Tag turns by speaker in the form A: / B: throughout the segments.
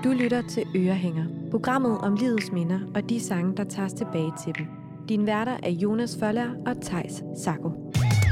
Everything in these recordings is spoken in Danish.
A: Du lytter til Ørehænger, programmet om livets minder og de sange, der tages tilbage til dem. Din værter er Jonas Føller og Theis Sacco.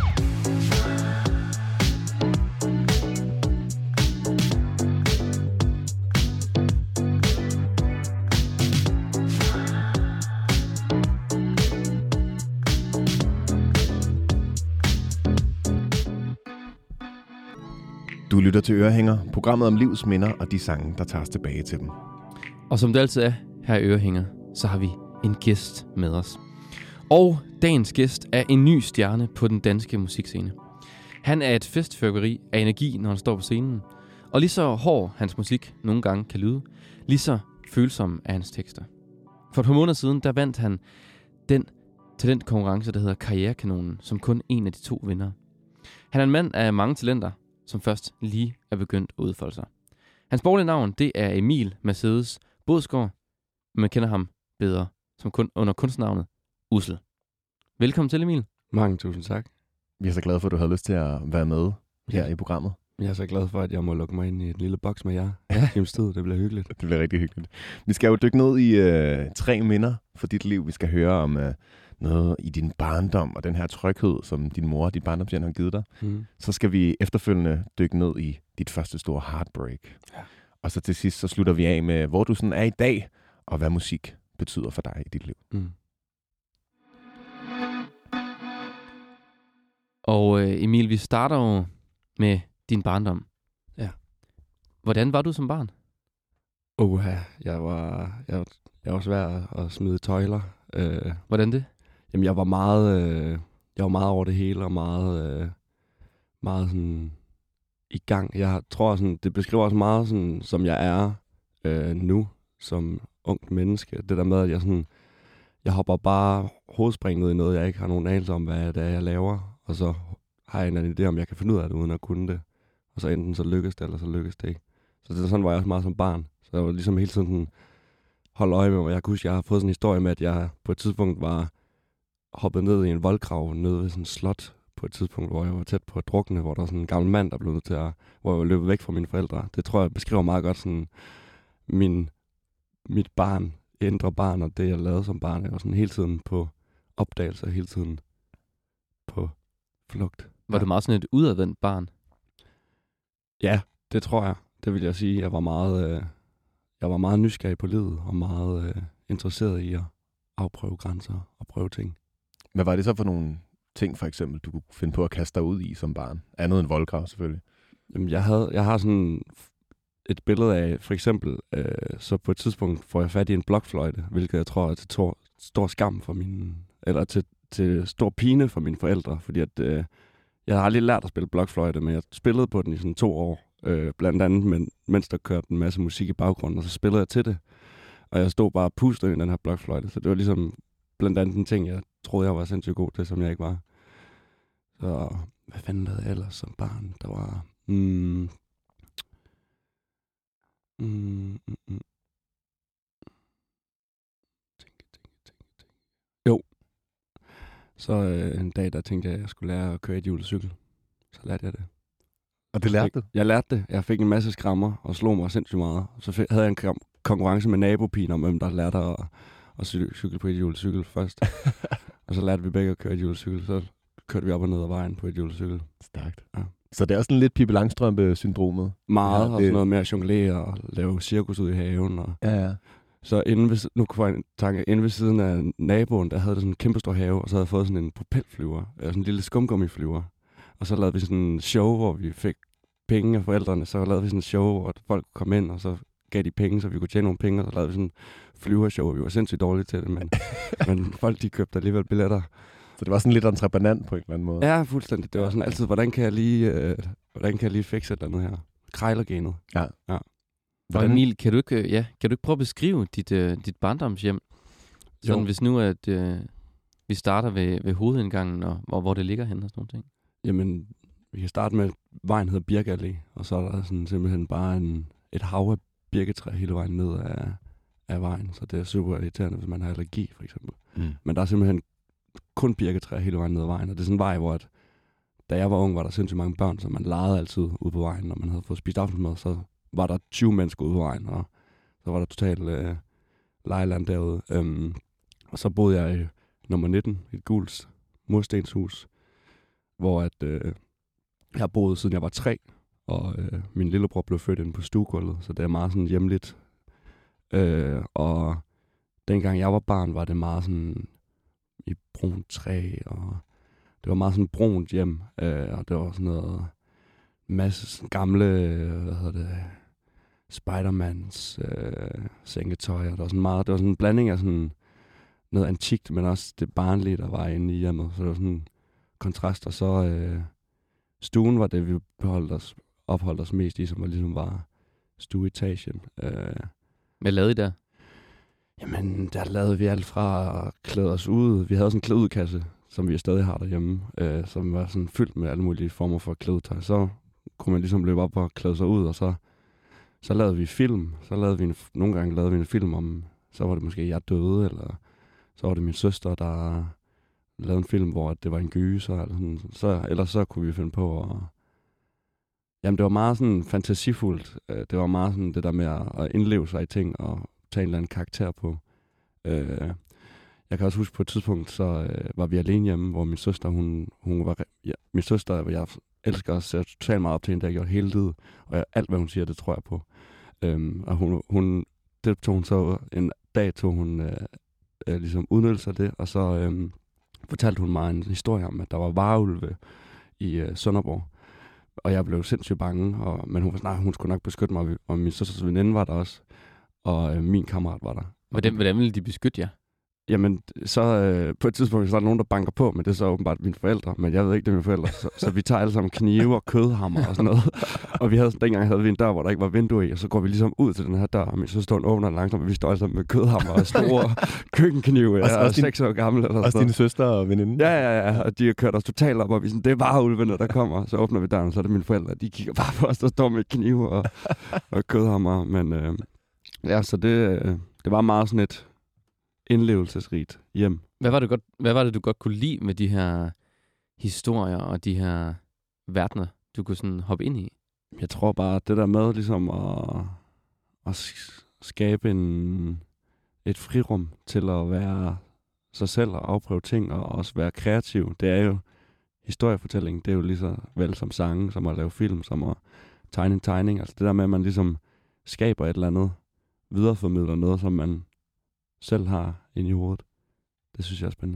B: Du lytter til Ørehænger, programmet om livets minder og de sange, der tages tilbage til dem.
C: Og som det altid er her i Ørehænger, så har vi en gæst med os. Og dagens gæst er en ny stjerne på den danske musikscene. Han er et festfyrværkeri af energi, når han står på scenen. Og lige så hård hans musik nogle gange kan lyde, lige så følsom er hans tekster. For et par måneder siden, der vandt han den talentkonkurrence, der hedder Karrierekanonen, som kun en af de 2 vinder. Han er en mand af mange talenter, som først lige er begyndt at udfolde sig. Hans borgerlige navn, det er Emil Mercedes Bodsgaard, men man kender ham bedre som under kunstnavnet Ussel. Velkommen til, Emil.
D: Mange tusind tak.
B: Vi er så glade for, at du har lyst til at være med her i programmet.
D: Jeg er så glad for, at jeg må lukke mig ind i et lille boks med jer. Ja. Det bliver hyggeligt.
B: Det bliver rigtig hyggeligt. Vi skal jo dykke ned i 3 minder for dit liv. Vi skal høre om noget i din barndom og den her tryghed, som din mor og dit barndomshjem har givet dig. Så skal vi efterfølgende dykke ned i dit første store heartbreak. Ja. Og så til sidst, så slutter vi af med, hvor du sådan er i dag, og hvad musik betyder for dig i dit liv.
C: Og Emil, vi starter jo med din barndom.
D: Ja.
C: Hvordan var du som barn?
D: Jeg var svær at smide tøjler.
C: Hvordan det?
D: Jamen, jeg var meget over det hele, og meget sådan i gang. Jeg tror sådan, det beskriver også meget sådan, som jeg er nu, som ungt menneske. Det der med, at jeg hopper bare hovedspringet i noget, jeg ikke har nogen anelse om, hvad det er, jeg laver. Og så har jeg en anden idé, om jeg kan finde ud af det, uden at kunne det. Og så enten så lykkes det, eller så lykkes det ikke. Så det er sådan, var jeg også meget som barn. Så jeg var ligesom hele tiden sådan, holde øje med mig. Jeg kan huske, jeg har fået sådan en historie med, at jeg på et tidspunkt var hoppet ned i en voldgrav nede ved sådan en slot på et tidspunkt, hvor jeg var tæt på at drukne, hvor der var sådan en gammel mand, der blev nødt til hvor jeg var løbet væk fra mine forældre. Det tror jeg beskriver meget godt sådan mit barn, indre barn, og det jeg lavede som barn. Jeg var sådan hele tiden på opdagelse, hele tiden på flugt.
C: Var du meget sådan et udadvendt barn?
D: Ja, det tror jeg. Det vil jeg sige. Jeg var meget nysgerrig på livet, og meget interesseret i at afprøve grænser og prøve ting.
B: Hvad var det så for nogle ting, for eksempel, du kunne finde på at kaste dig ud i som barn? Andet end voldgrav, selvfølgelig.
D: Jamen, jeg har sådan et billede af, for eksempel, så på et tidspunkt får jeg fat i en blokfløjte, hvilket jeg tror er til stor skam for til stor pine for mine forældre, fordi at jeg har aldrig lært at spille blokfløjte, men jeg spillede på den i sådan 2 år, blandt andet, mens der kørte en masse musik i baggrunden, og så spillede jeg til det. Og jeg stod bare og pustede i den her blokfløjte, så det var ligesom blandt andet en ting, jeg troede, jeg var sindssygt god til, som jeg ikke var. Så hvad fanden lavede jeg ellers som barn? Der var... Jo. Så en dag, der tænkte jeg, at jeg skulle lære at køre et hjulet. Så lærte jeg det.
B: Og det lærte du?
D: Jeg lærte det. Jeg fik en masse skrammer og slog mig sindssygt meget. Så havde jeg en konkurrence med nabopigen om, hvem der lærte at cykle på et hjulet først. Og så lærte vi begge at køre et hjulet. Så kørte vi op og ned ad vejen på et hjulet.
B: Stærkt. Ja. Så det er også sådan lidt Pippi Langstrømpe-syndromet?
D: Meget, og sådan noget med at jonglere og lave cirkus ud i haven. Og
B: ja.
D: Så inde ved siden af naboen, der havde det sådan en kæmpe stor have, og så havde jeg fået sådan en propelflyver, sådan en lille skumgummiflyver. Og så lavede vi sådan en show, hvor vi fik penge af forældrene. Så lavede vi sådan en show, hvor folk kom ind, og så gav de penge, så vi kunne tjene nogle penge. Og så lavede vi sådan en flyvershow. Vi var sindssygt dårlige til det, men folk de købte alligevel billetter.
B: Så det var sådan lidt entreprenant på en eller anden måde?
D: Ja, fuldstændig. Det var sådan altid, hvordan kan jeg lige fikse et eller andet her? Krejlergenet.
B: Ja.
C: Og Emil, kan du ikke prøve at beskrive dit barndomshjem? Sådan, hvis nu at vi starter ved hovedindgangen, og hvor det ligger henne og sådan nogle ting.
D: Jamen, vi kan starte med, vejen hedder Birk Allé, og så er der sådan simpelthen bare et hav af birketræ hele vejen ned af vejen, så det er super irriterende, hvis man har allergi, for eksempel. Men der er simpelthen kun birketræ hele vejen ned ad vejen, og det er sådan en vej, hvor da jeg var ung, var der sindssygt mange børn, så man legede altid ude på vejen, når man havde fået spist aftensmad, så var der 20 mennesker ude på vejen, Så var der totalt lejeland derude. Og så boede jeg i nummer 19, et gult murstenshus, hvor at, jeg har boet siden jeg var 3, og min lillebror blev født inde på stuegulvet, så det er meget sådan hjemligt. Og dengang jeg var barn, var det meget sådan i brunt træ, og det var meget sådan brunt hjem, og det var sådan noget masse sådan gamle, Spider-Mans sengetøj, og det var sådan meget, det var sådan en blanding af sådan noget antikt, men også det barnlige, der var inde i hjemmet, så det var sådan en kontrast, og så stuen var det, vi opholdt os mest i, som ligesom var stueetagen.
C: Hvad lavede I der?
D: Jamen, der lavede vi alt fra at klæde os ud. Vi havde sådan en klædeudkasse, som vi stadig har derhjemme, som var sådan fyldt med alle mulige former for klædetøj. Så kunne man ligesom løbe op og klæde sig ud, og så lavede vi film. Nogle gange lavede vi en film om, så var det måske Jeg døde, eller så var det min søster, der lavede en film, hvor det var en gyser, eller sådan. Ellers så kunne vi finde på at... Jamen, det var meget sådan fantasifuldt. Det var meget sådan det der med at indleve sig i ting og tage en eller anden karakter på. Jeg kan også huske på et tidspunkt, så var vi alene hjemme, hvor min søster, hun var... Ja, min søster, jeg elsker også, jeg totalt meget op til hende, der har gjort hele livet. Og alt, hvad hun siger, det tror jeg på. Og det tog hun så en dag, ligesom udnyttelse af det, og så fortalte hun mig en historie om, at der var varulve i Sønderborg. Og jeg blev sindssygt bange, men hun var sådan, hun skulle nok beskytte mig, og min søsters veninde var der også, og min kammerat var der.
C: Hvordan ville de beskytte jer?
D: Jamen, så på et tidspunkt så er der nogen, der banker på, men det er så åbenbart mine forældre, men jeg ved ikke, det er mine forældre, så vi tager alle sammen knive og kødhammer og sådan noget. Og dengang havde vi en dør, hvor der ikke var vindue i, og så går vi ligesom ud til den her dør, og min søster åbner den langsomt, og vi står alle sammen med kødhammer og store køkkenknive. Jeg er 6 år gammel. Eller
B: også dine søster og veninde?
D: Ja, og de har kørt os totalt op, og vi sådan, det er bare ulvene, der kommer. Så åbner vi døren, og så er det mine forældre, de kigger bare på os, der står med knive og kødhammer. Men så det var meget sådan et indlevelsesrigt hjem.
C: Hvad var det, du godt kunne lide med de her historier og de her verdener, du kunne sådan hoppe ind i?
D: Jeg tror bare, det der med ligesom at skabe et frirum til at være sig selv og afprøve ting og også være kreativ. Det er jo historiefortælling. Det er jo lige så vel som sange, som at lave film, som at tegne en tegning. Altså det der med, at man ligesom skaber et eller andet, videreformidler noget, som man selv har inde i hovedet. Det synes jeg er spændende.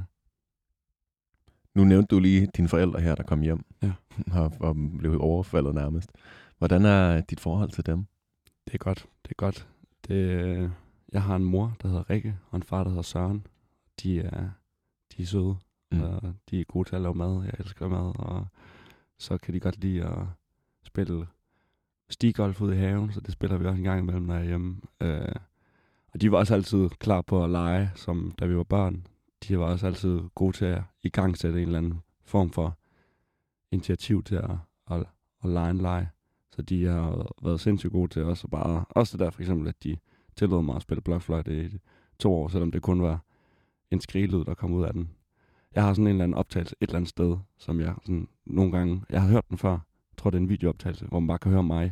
B: Nu nævnte du lige dine forældre her, der kom hjem.
D: Ja.
B: Og blev overfaldet nærmest. Hvordan er dit forhold til dem?
D: Det er godt. Jeg har en mor, der hedder Rikke, og en far, der hedder Søren. De er søde, og de er gode til at lave mad. Jeg elsker mad, og så kan de godt lide at spille stigolf ude i haven, så det spiller vi også en gang imellem, når jeg er hjemme. Og de var også altid klar på at lege, som da vi var børn. De var også altid gode til at igangsætte en eller anden form for initiativ til at lege en leg. Så de har været sindssygt gode til også bare... Også det der for eksempel, at de tillod mig at spille blokfløjte i 2 år, selvom det kun var en skrigelyd, der kom ud af den. Jeg har sådan en eller anden optagelse et eller andet sted, som jeg sådan nogle gange... Jeg har hørt den før. Jeg tror, det er en videooptagelse, hvor man bare kan høre mig.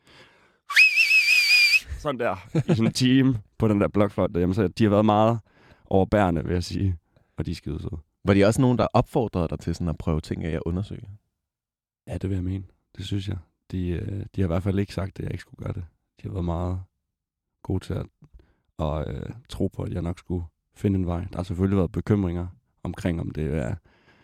D: Sådan der, i sådan en time på den der blokfløjte derhjemme. Så de har været meget overbærende, vil jeg sige, og de er skide søde.
B: Var de også nogen, der opfordrede dig til sådan at prøve ting af at undersøge?
D: Ja, det vil jeg mene. Det synes jeg. De har i hvert fald ikke sagt, at jeg ikke skulle gøre det. De har været meget gode til at tro på, at jeg nok skulle finde en vej. Der har selvfølgelig været bekymringer omkring, om det er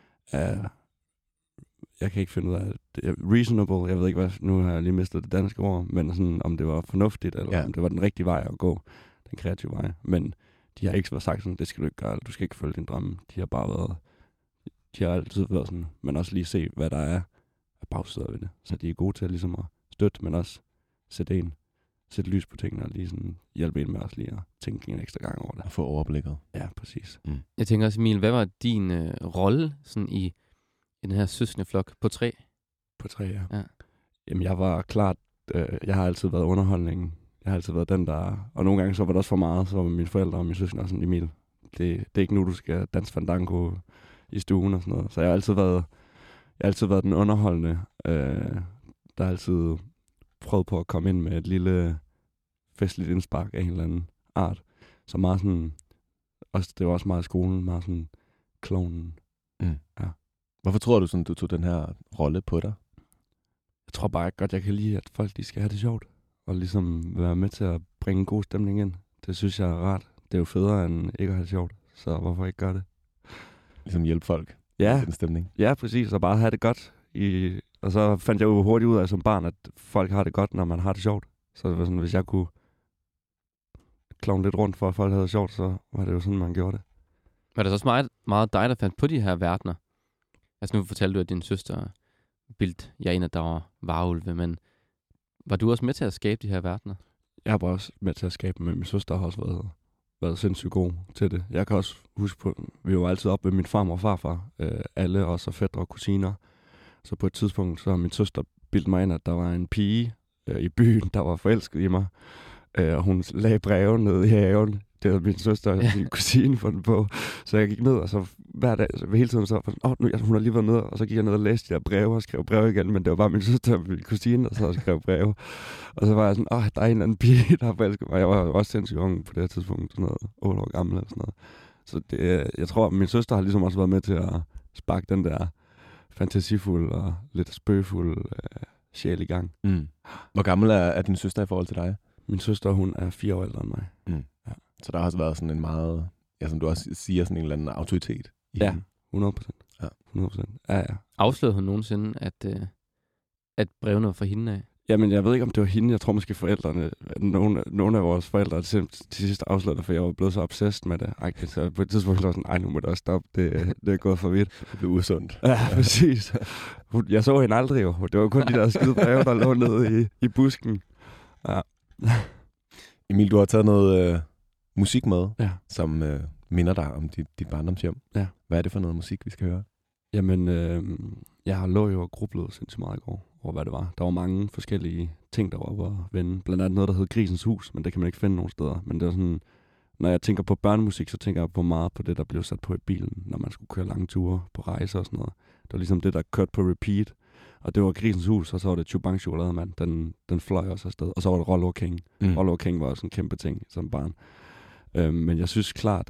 D: jeg kan ikke finde ud af det. Er reasonable, jeg ved ikke hvad, nu har jeg lige mistet det danske ord, men sådan, om det var fornuftigt, eller om det var den rigtige vej at gå, den kreative vej. Men de har ikke sagt sådan, det skal du ikke gøre, eller du skal ikke følge din drømme. De har altid været sådan, men også lige se, hvad der er af bagsider ved det. Så de er gode til at, ligesom at støtte, men også sætte lys på tingene, og lige sådan hjælpe en med os lige at tænke en ekstra gang over det.
B: Og få overblikket.
D: Ja, præcis.
C: Jeg tænker også, Emil, hvad var din rolle sådan i den her søskendeflok på 3?
D: På 3, ja. Jamen, jeg var klart, jeg har altid været underholdningen. Jeg har altid været den, der... Og nogle gange så var det også for meget, så var mine forældre og mine søskende også sådan, Emil, det er ikke nu, du skal danse fandango i stuen og sådan noget. Så jeg har altid været den underholdende, der har altid prøvet på at komme ind med et lille festligt indspark af en eller anden art. Så meget sådan, det var også meget i skolen, meget sådan klovnen. Ja.
B: Hvorfor tror du, sådan, du tog den her rolle på dig?
D: Jeg tror bare godt, jeg kan lide, at folk de skal have det sjovt. Og ligesom være med til at bringe en god stemning ind. Det synes jeg er rart. Det er jo federe, end ikke at have det sjovt. Så hvorfor ikke gøre det?
B: Ligesom hjælpe folk
D: Ja.
B: i den stemning.
D: Ja, præcis. Og bare have det godt. Og så fandt jeg jo hurtigt ud af som barn, at folk har det godt, når man har det sjovt. Så det var sådan, hvis jeg kunne klovne lidt rundt for, at folk havde det sjovt, så var det jo sådan, man gjorde det.
C: Var det så også meget, meget dig, der fandt på de her verdener? Altså nu fortalte du, at din søster bildte jer ind, at der var varulve, men var du også med til at skabe de her verdener?
D: Jeg var også med til at skabe dem, men min søster har også været sindssygt god til det. Jeg kan også huske på, vi var altid oppe ved min farmor og farfar, alle os og fætre og kusiner. Så på et tidspunkt, så har min søster bildt mig ind, at der var en pige i byen, der var forelsket i mig. Og hun lagde breve ned i haven. Det havde min søster og min kusine fundet på. Så jeg gik ned, og så hver dag, så hele tiden så hun har lige været nede, og så gik jeg ned og læste de der breve og skrev breve igen, men det var bare min søster og min kusine, der så skrev breve. Og så var jeg sådan, der er en eller anden pige, der har forelsket mig. Jeg var også sindssygt ung på det her tidspunkt, sådan noget 8 år gammel eller sådan noget. Så det, jeg tror, at min søster har ligesom også været med til at sparke den der fantasifuld og lidt spøgefuld sjæl i gang.
B: Hvor gammel er din søster i forhold til dig?
D: Min søster, hun er 4 år ældre end mig.
B: Ja. Så der har også været sådan en meget, som du også siger, sådan en eller anden autoritet i
D: Ja,
B: hende.
D: 100%. Ja. 100%. Ja.
C: Afslørede hun nogensinde, at brevene var fra hende af?
D: Jamen, jeg ved ikke, om det var hende. Jeg tror måske forældrene, nogle af vores forældre til sidst afslørede det, for jeg var blevet så obsessed med det. Så på et tidspunkt var jeg sådan, nu må det også stoppe. Det er gået for vidt.
B: Det blev usundt.
D: Ja, præcis. Jeg så hende aldrig jo. Det var kun de der skide breve, der lå nede i busken. Ja.
B: Emil, du har taget noget musik med,
D: ja,
B: som minder dig om dit barndomshjem.
D: Ja.
B: Hvad er det for noget musik, vi skal høre?
D: Jamen, jeg lå jo og grublede sindssygt meget i går over, hvad det var. Der var mange forskellige ting, der var oppe at vende. Blandt andet noget, der hed Grisens Hus, men det kan man ikke finde nogen steder. Men det var sådan, når jeg tænker på børnemusik, så tænker jeg på meget på det, der blev sat på i bilen, når man skulle køre lange ture på rejser og sådan noget. Det var ligesom det, der kørte på repeat. Og det var Grisens Hus, og så var det Chubang Chokolademand. Den fløj også afsted. Og så var det Rollo King. Rollo King var også en kæmpe ting som barn. Men jeg synes klart,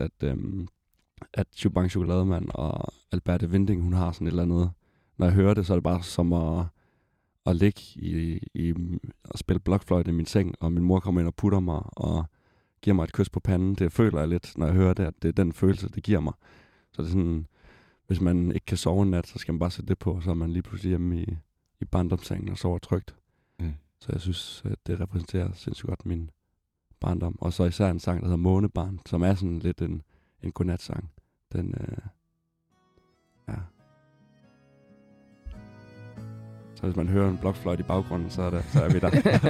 D: at Chubang Chokolademand og Alberte Winding, hun har sådan et eller andet. Når jeg hører det, så er det bare som at ligge i og spille blokfløjte i min seng, og min mor kommer ind og putter mig og giver mig et kys på panden. Det føler jeg lidt, når jeg hører det, at det er den følelse, det giver mig. Så det er sådan, hvis man ikke kan sove en nat, så skal man bare sætte det på, så er man lige pludselig hjemme i barndomssengen og sover trygt. Så jeg synes, at det repræsenterer sindssygt godt min barndom. Og så især en sang, der hedder Månebarn, som er sådan lidt en godnatsang. Den, ja. Så hvis man hører en blokfløjte i baggrunden, så er vi der.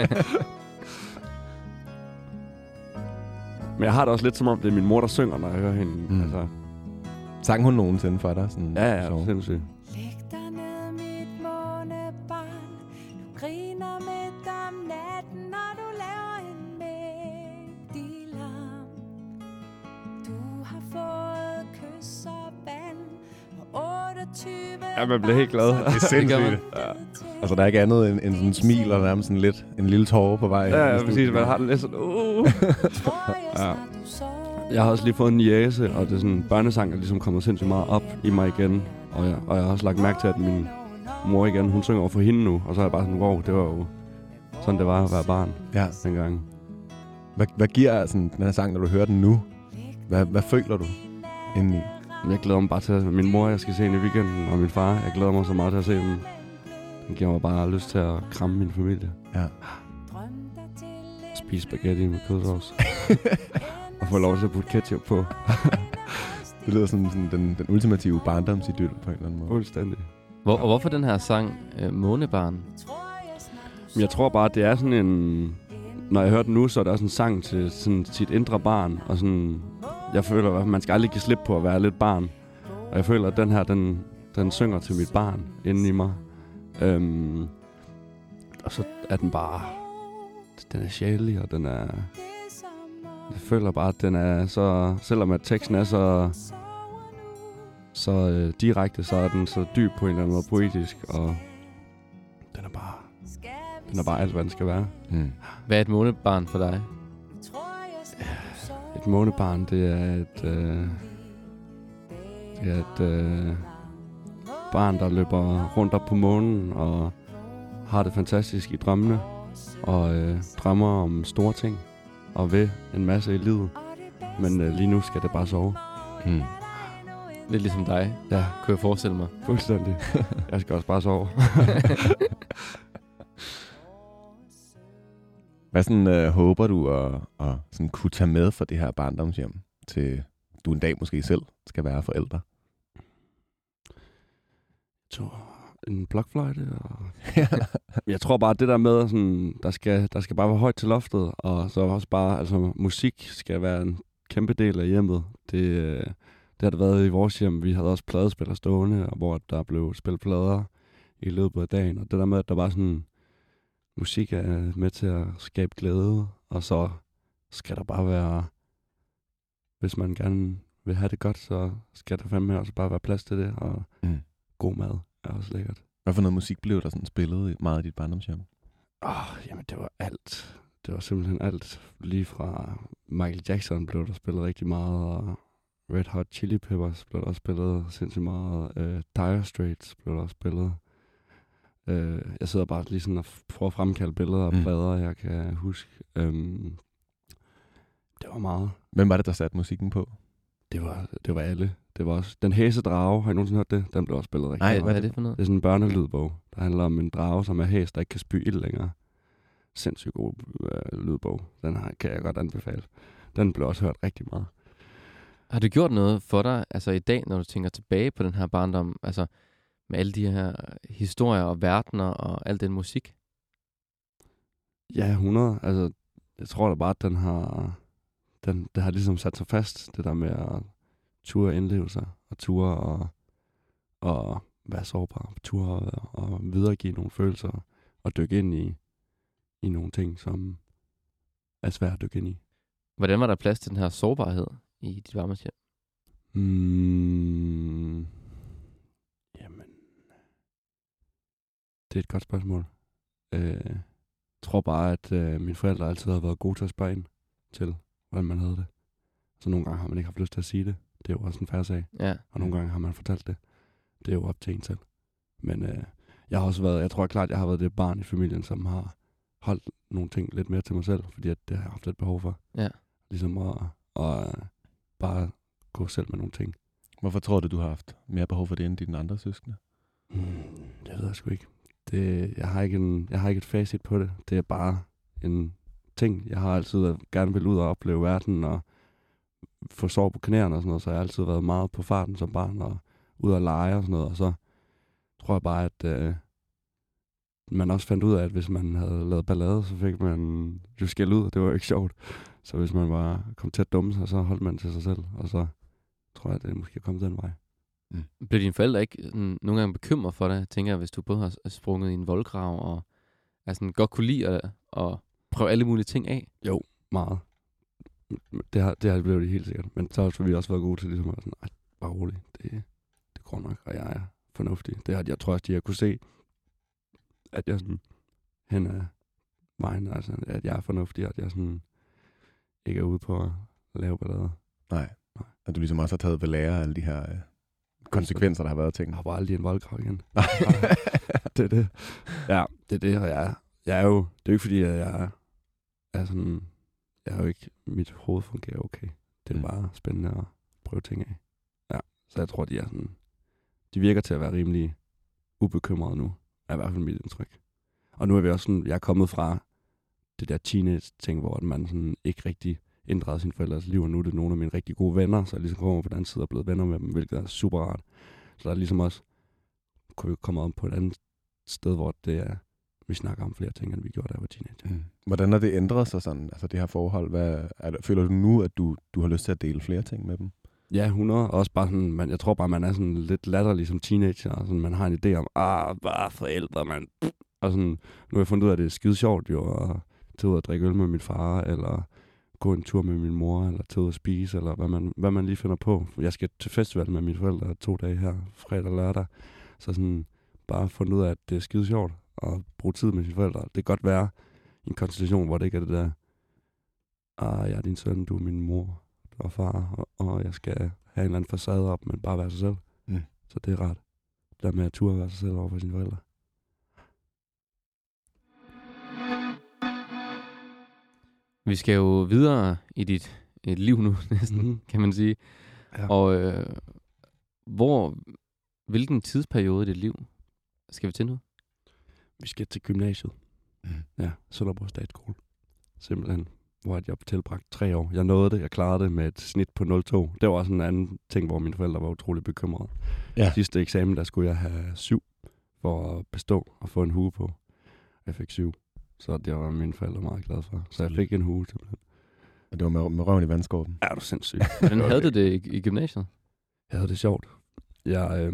D: Men jeg har det også lidt som om, det er min mor, der synger, når jeg hører hende. Altså.
B: Sang hun nogensinde for dig? Sådan,
D: ja, sindssygt.
E: Læg dig ned, mit månebarn. Du griner midt om natten, når du laver en mægtig larm. Du har fået kys og vand og 28.
D: Ja, man bliver helt glad.
B: Det er sindssygt. Ja. Altså, der er ikke andet end sådan en smil og nærmest sådan lidt en lille tåre på vej.
D: Ja, præcis. Man har det lidt sådan, Ja. Jeg har også lige fået en jæse, og det er sådan en børnesang, der ligesom kommet sindssygt meget op i mig igen. Og jeg har også lagt mærke til, at min mor igen, hun synger over for hende nu. Og så er jeg bare sådan, wow, det var jo sådan, det var at være barn dengang.
B: Hvad giver sådan den her sang, når du hører den nu? Hvad føler du indeni?
D: Jeg glæder mig bare til, at min mor, jeg skal se hende i weekenden, og min far, jeg glæder mig så meget til at se dem. Den giver mig bare lyst til at kramme min familie.
B: Ja.
D: Spise spaghetti med kødsovs. Og få lov til at putte ketchup på.
B: Det lyder som sådan den ultimative barndomsidyl på en eller anden måde.
D: Fuldstændig.
C: Og hvorfor den her sang, Månebarn?
D: Jeg tror bare, at det er sådan en... Når jeg hører den nu, så er det også en sang til sådan sit indre barn. Og sådan... Jeg føler, at man skal aldrig give slip på at være lidt barn. Og jeg føler, at den her, den synger til mit barn inde i mig. Og så er den bare... Den er sjælelig, og den er... Jeg føler bare, at den er så... Selvom at teksten er så direkte, så er den så dyb på en eller anden måde poetisk, og den er bare alt, hvad den skal være.
C: Hvad er et månebarn for dig?
D: Et månebarn, det er et barn, der løber rundt op på månen og har det fantastisk i drømmene og drømmer om store ting og vil en masse i livet. Men lige nu skal det bare sove.
B: Mm.
C: Lidt ligesom dig,
D: Ja,
C: kunne jeg forestille mig.
D: fuldstændig. Jeg skal også bare sove.
B: Hvad sådan, håber du at sådan kunne tage med fra det her barndomshjem, til du en dag måske selv skal være forældre?
D: Så en blokfløjte. Og jeg tror bare, at det der med, sådan, der skal bare være højt til loftet, og så også bare, altså musik skal være en kæmpe del af hjemmet. Det har det været i vores hjem. Vi havde også pladespiller stående, og hvor der blev spillet plader i løbet af dagen. Og det der med, at der var sådan, musik er med til at skabe glæde, og så skal der bare være, hvis man gerne vil have det godt, så skal der fandme også bare være plads til det, og god mad er også lækkert.
B: Hvad for noget musik blev der sådan spillet meget i dit barndomshjem?
D: Jamen det var alt. Det var simpelthen alt. Lige fra Michael Jackson blev der spillet rigtig meget, og Red Hot Chili Peppers blev der også spillet sindssygt meget. Dire Straits blev der også spillet. Jeg sidder bare lige sådan og prøver at fremkalde billeder af plader, jeg kan huske. Det var meget.
B: Hvem var det, der satte musikken på?
D: Det var alle. Det var også Den Hæse Drage. Har I nogensinde hørt det? Den blev også spillet rigtig meget.
C: Hvad er det for noget?
D: Det er sådan en børnelydbog, der handler om en drage, som er hæs, der ikke kan spy ild længere. Sindssygt god lydbog. Den kan jeg godt anbefale. Den blev også hørt rigtig meget.
C: Har det gjort noget for dig, altså i dag, når du tænker tilbage på den her barndom, altså med alle de her historier og verdener og al den musik?
D: Ja, 100. Altså, jeg tror da bare, at det har ligesom sat sig fast, det der med at ture indleve sig, og ture og være sårbar, ture og videregive nogle følelser, og dykke ind i nogle ting, som er svært at dykke ind i.
C: Hvordan var der plads til den her sårbarhed i dit barndomshjem?
D: Jamen, det er et godt spørgsmål. Jeg tror bare, at mine forældre altid har været gode til at spørge ind til, hvordan man havde det. Så nogle gange har man ikke haft lyst til at sige det. Det er jo også en fair sag.
C: Ja.
D: Og nogle gange har man fortalt det. Det er jo op til en selv. Men jeg har også været, jeg tror klart, jeg har været det barn i familien, som har holdt nogle ting lidt mere til mig selv, fordi at det har jeg haft et behov for.
C: Ja.
D: Ligesom at bare gå selv med nogle ting.
B: Hvorfor tror du har haft mere behov for det end dine andre søskende?
D: Det ved jeg sgu ikke. Jeg har ikke et facit på det. Det er bare en ting. Jeg har altid gerne vil ud og opleve verden og få sår på knæerne og sådan noget, så jeg har altid været meget på farten som barn og ud og lege og sådan noget. Og så tror jeg bare, at man også fandt ud af, at hvis man havde lavet ballade, så fik man jo skæld ud, og det var jo ikke sjovt. Så hvis man bare kom til at dumme sig, så holdt man til sig selv, og så tror jeg, at det måske kom den vej.
C: Blev dine forældre ikke nogle gange bekymret for dig, tænker jeg, hvis du både har sprunget i en voldgrav og altså, godt kunne lide at prøve alle mulige ting af?
D: Jo, meget. Det har blevet det helt sikkert. Men så har vi også været gode til ligesom at sådan, bare roligt, det går nok, og jeg er fornuftig. Jeg tror også, de har kunne se, at jeg sådan hen ad vejen, altså at jeg er fornuftig, og at jeg sådan ikke er ude på at lave ballade.
B: Nej. At du ligesom også har taget ved lære af alle de her konsekvenser, der har været af ting.
D: Jeg har bare aldrig en voldgrav igen. Det er det. Ja, det er det, og jeg er jo, det er jo ikke fordi, at jeg er sådan, jeg er jo ikke, mit hoved fungerer okay. Det er bare spændende at prøve ting af. Ja, så jeg tror, de virker til at være rimelig ubekymrede nu, er i hvert fald mit indtryk. Og nu er vi også sådan, jeg er kommet fra det der teenage-ting, hvor man sådan ikke rigtig inddraget sine forældres liv, og nu er det nogle af mine rigtig gode venner, så jeg ligesom kommer på den side og blevet venner med dem, hvilket er super rart. Så der er ligesom også, kunne vi komme om på et andet sted, hvor det er, vi snakker om flere ting, end vi gjorde, da jeg var teenager.
B: Hvordan har det ændret sig sådan, altså det her forhold? Føler du nu, at du har lyst til at dele flere ting med dem?
D: Ja, 100. Også bare sådan, jeg tror bare, man er sådan lidt latterlig som teenager, og sådan, man har en idé om, bare forældre, man. Og sådan, nu har jeg fundet ud af, at det er skide sjovt jo, at tage ud og drikke øl med min far, eller gå en tur med min mor, eller tage ud og spise, eller hvad man lige finder på. Jeg skal til festival med mine forældre 2 dage her, fredag og lørdag. Så sådan, bare fundet ud af, at det er skide sjovt at bruge tid med sine forældre. Det kan godt være i en konstellation, hvor det ikke er det der, jeg er din søn, du er min mor. og far, og jeg skal have en eller anden facade op, men bare være sig selv. Så det er rart. Det der med at turde være sig selv over for sine forældre.
C: Vi skal jo videre i dit liv nu, næsten, kan man sige.
D: Ja.
C: Og hvilken tidsperiode i dit liv skal vi til nu?
D: Vi skal til gymnasiet. Ja, Sønderborg Statsskole. Simpelthen, hvor jeg tilbragte 3 år. Jeg nåede det, jeg klarede det med et snit på 0,2. Det var også en anden ting, hvor mine forældre var utrolig bekymrede.
B: Ja.
D: Sidste eksamen, der skulle jeg have 7 for at bestå og få en hue på. Jeg fik 7, så det var mine forældre meget glade for. Så jeg fik en hue simpelthen.
B: Og det var med røven i vandskorpen.
D: Ja, du er sindssygt.
C: Hvordan havde du det i gymnasiet?
D: Jeg havde det sjovt. Jeg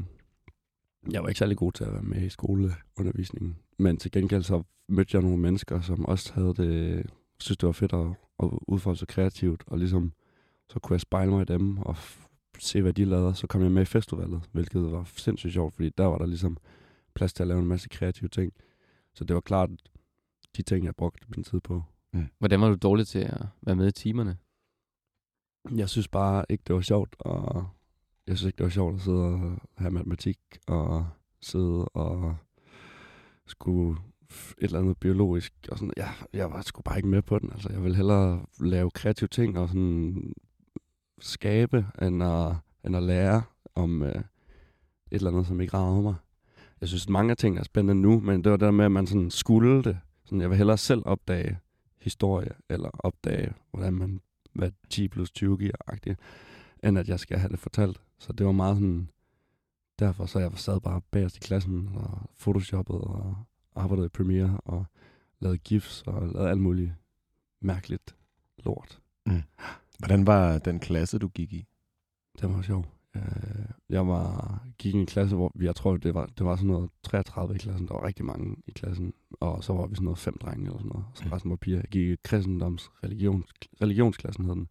D: var ikke særlig god til at være med i skoleundervisningen. Men til gengæld så mødte jeg nogle mennesker, som også havde det, synes det var fedt at udfordre sig kreativt. Og ligesom, så kunne jeg spejle mig i dem og se, hvad de lavede. Så kom jeg med i festivalet, hvilket var sindssygt sjovt, fordi der var der ligesom plads til at lave en masse kreative ting. Så det var klart de ting, jeg brugte min tid på.
C: Hvordan var du dårlig til at være med i timerne?
D: Jeg synes bare ikke, det var sjovt, og jeg synes ikke, det var sjovt at sidde og have matematik, og sidde og skulle et eller andet biologisk, og sådan, jeg var sgu bare ikke med på den. Altså, jeg ville hellere lave kreative ting, og sådan skabe, end at lære om et eller andet, som ikke rammer mig. Jeg synes, mange af tingene er spændende nu, men det var det der med, at man sådan skulle det. Sådan, jeg vil hellere selv opdage historie, eller opdage, hvad 10 plus 20 giver-agtigt, end at jeg skal have det fortalt. Så det var meget sådan, derfor så jeg sad bare bagerst i klassen, og photoshoppede, og arbejdede i Premiere, og lavede gifs, og lavede alt muligt mærkeligt lort.
B: Hvordan var den klasse, du gik i?
D: Det var sjovt. Jeg gik i en klasse, hvor jeg tror, det var sådan noget 33 i klassen. Der var rigtig mange i klassen. Og så var vi sådan noget 5 drenge eller sådan noget. Og så resten var piger. Jeg gik i religionsklassen, hed den.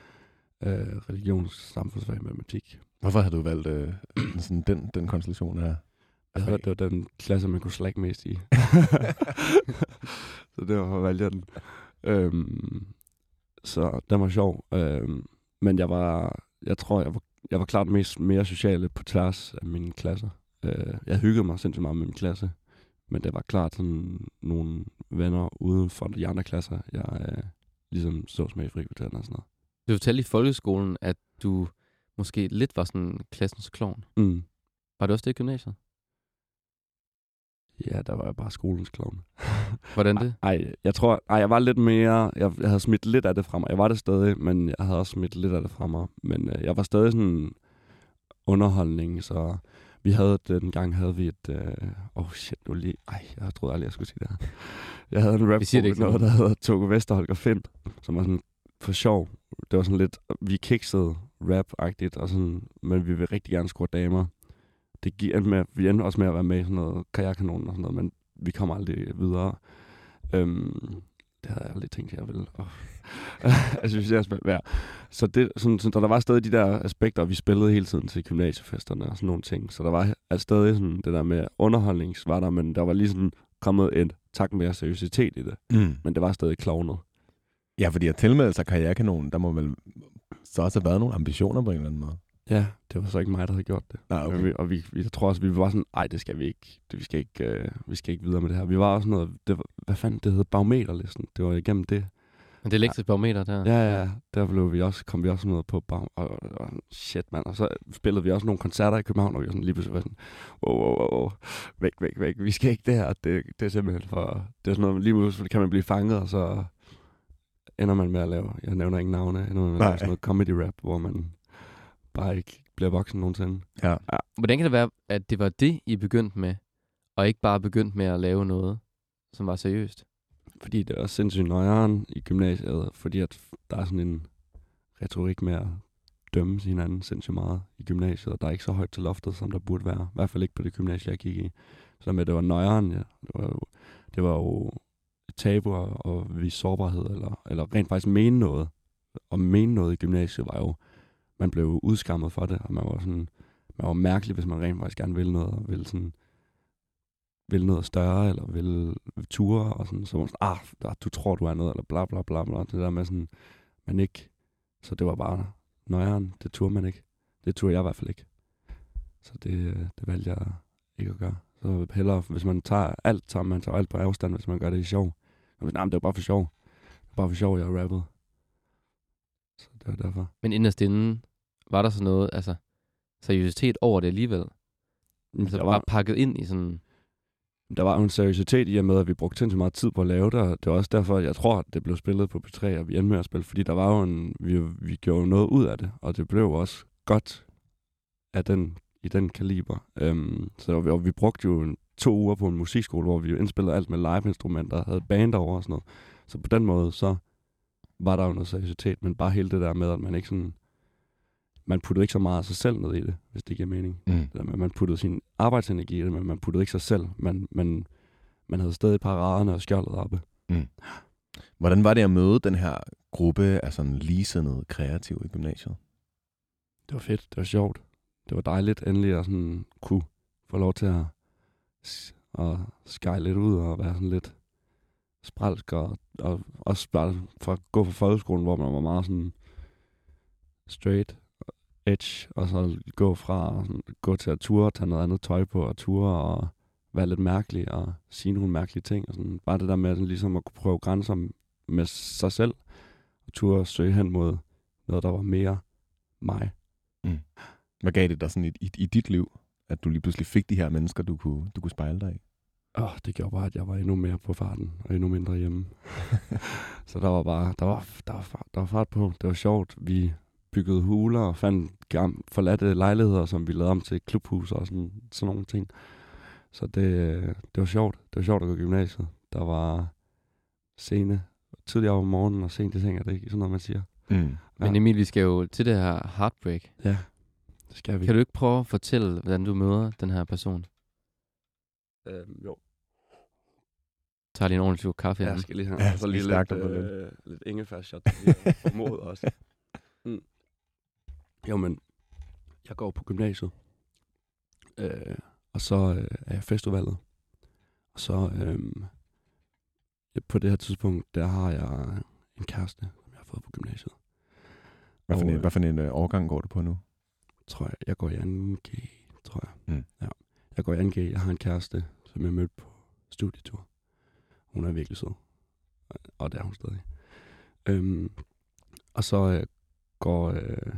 D: Religionssamfundsfag matematik.
B: Hvorfor har du valgt sådan den konstellation her?
D: Jeg hørte, det var den klasse, man kunne slække mest i. Så det var valgt jeg den. Så den var sjov. Men jeg var klart mere sociale på tværs af mine klasser. Jeg hyggede mig sindssygt meget med min klasse. Men det var klart sådan nogle venner uden for de andre klasser, jeg ligesom sås med i frikvarteren og sådan noget.
C: Du fortalte i folkeskolen, at du måske lidt var sådan klassens klovn. Var det også det i gymnasiet?
D: Ja, der var jeg bare skolens klovn.
C: Hvordan det?
D: Jeg var lidt mere, jeg havde smidt lidt af det fra mig. Jeg var det stadig, men jeg havde også smidt lidt af det fra mig. Men jeg var stadig sådan underholdning, så vi havde et, jeg troede aldrig, jeg skulle sige det her. Jeg havde en rap noget, der hedder Togo Vesterholger Fint, som var sådan for sjov. Det var sådan lidt, vi kiksede rap-agtigt, og sådan, men vi ville rigtig gerne score damer. Vi endte også med at være med i sådan noget kajakkanon og sådan noget, men vi kom aldrig videre. Det havde jeg aldrig tænkt, jeg ville. Så det, sådan, der var stadig de der aspekter, og vi spillede hele tiden til gymnasiefesterne og sådan nogle ting. Så der var stadig sådan det der med underholdnings var der, men der var lige sådan kommet et tak mere seriøsitet i det. Men det var stadig klovnet.
B: Ja, fordi at tilmelde sig karrierekanonen, der må vel så også have været nogle ambitioner på en eller anden måde.
D: Ja, det var så ikke mig, der havde gjort det.
B: Okay.
D: Og jeg tror også, vi var sådan, det skal vi ikke. Vi skal ikke videre med det her. Vi var også noget, hvad fanden, det hed barometerlisten. Det var igennem det.
C: Men det er elektrisk barometer der?
D: Ja, der kom vi også noget på og shit, mand. Og så spillede vi også nogle koncerter i København, og vi var sådan lige pludselig sådan, væk. Vi skal ikke det her. Det er simpelthen for, det er sådan noget, lige pludselig kan man blive fanget, og så ender man med at lave, jeg nævner ingen navne, ender man med at lave sådan noget comedy rap, hvor man bare ikke bliver voksen nogensinde.
B: Ja.
C: Hvordan kan det være, at det var det, I begyndte med, og ikke bare begyndte med at lave noget, som var seriøst?
D: Fordi det er også sindssygt nøjeren i gymnasiet, fordi at der er sådan en retorik med at dømme hinanden sindssygt meget i gymnasiet, og der er ikke så højt til loftet, som der burde være. I hvert fald ikke på det gymnasie, jeg gik i. Så der med, det var nøjeren, ja. Det var jo et tabu og vise sårbarhed, eller rent faktisk mene noget. Og mene noget i gymnasiet var jo, man blev udskammet for det, og man var mærkelig, hvis man rent faktisk gerne ville noget, og ville noget større, eller ville ture, og sådan, så var man sådan, du tror, du er noget, eller bla bla bla bla. Det der med sådan, man ikke Så det var bare nøjeren. Det turde man ikke. Det turde jeg i hvert fald ikke. Så det valgte jeg ikke at gøre. Så hellere, hvis man tager alt, man tager alt på afstand, hvis man gør det i sjov. Nej, men det var bare for sjov. Det var bare for sjov, jeg rappede. Så det var derfor.
C: Men inderst inden, var der så noget, altså seriøsitet over det alligevel? Altså
D: der
C: var pakket ind i sådan...
D: Der var jo en seriøsitet i og med, at vi brugte sindssygt meget tid på at lave det, og det var også derfor, jeg tror, at det blev spillet på P3, og vi endte med at spille, fordi der var jo vi gjorde jo noget ud af det, og det blev også godt af i den kaliber. Så vi brugte jo 2 uger på en musikskole, hvor vi jo indspillede alt med live-instrumenter, havde band over og sådan noget. Så på den måde, så var der jo noget seriøsitet, men bare hele det der med, at man ikke sådan... Man puttede ikke så meget af sig selv ned i det, hvis det giver mening. Man puttede sin arbejdsenergi i det, men man puttede ikke sig selv. Man havde stadig paraderne og skjoldet oppe.
B: Hvordan var det at møde den her gruppe af sådan ligesindede kreative i gymnasiet?
D: Det var fedt, det var sjovt. Det var dejligt endelig at sådan kunne få lov til at skære lidt ud og være sådan lidt spralsk. Og også bare fra at gå fra folkeskolen, hvor man var meget sådan straight edge, og så gå til at ture og tage noget andet tøj på og ture og være lidt mærkelig og sige nogle mærkelige ting. Og sådan. Bare det der med ligesom at prøve grænser med sig selv og ture og søge hen mod noget, der var mere mig.
B: Hvad gav det dig sådan i dit liv, at du lige pludselig fik de her mennesker, du kunne spejle dig i?
D: Det gjorde bare, at jeg var endnu mere på farten og endnu mindre hjemme. Så der var fart på. Det var sjovt. Vi byggede huler og fandt forladte lejligheder, som vi lavede om til klubhus og sådan nogle ting. Så det var sjovt. Det var sjovt at gå i gymnasiet. Der var sene tidligere om morgenen og sent i seng, er det ikke sådan noget, man siger?
C: Ja. Men Emil, vi skal jo til det her heartbreak.
D: Ja, det skal vi.
C: Kan du ikke prøve at fortælle, hvordan du møder den her person?
D: Jo.
C: Tager lige en ordentlig slurk kaffe.
D: Jeg skal lige have. Ja, så lige lidt ingefærshot. Formået også. Jo, men jeg går på gymnasiet. Og så er jeg festudvalget. Og så på det her tidspunkt, der har jeg en kæreste, som jeg har fået på gymnasiet.
B: Hvad for en årgang går du på nu?
D: Tror jeg går i 2G, tror jeg. Ja. Jeg går i 2G. Jeg har en kæreste, som jeg mødte på studietur. Hun er virkelig sød. Og det er hun stadig. Og så går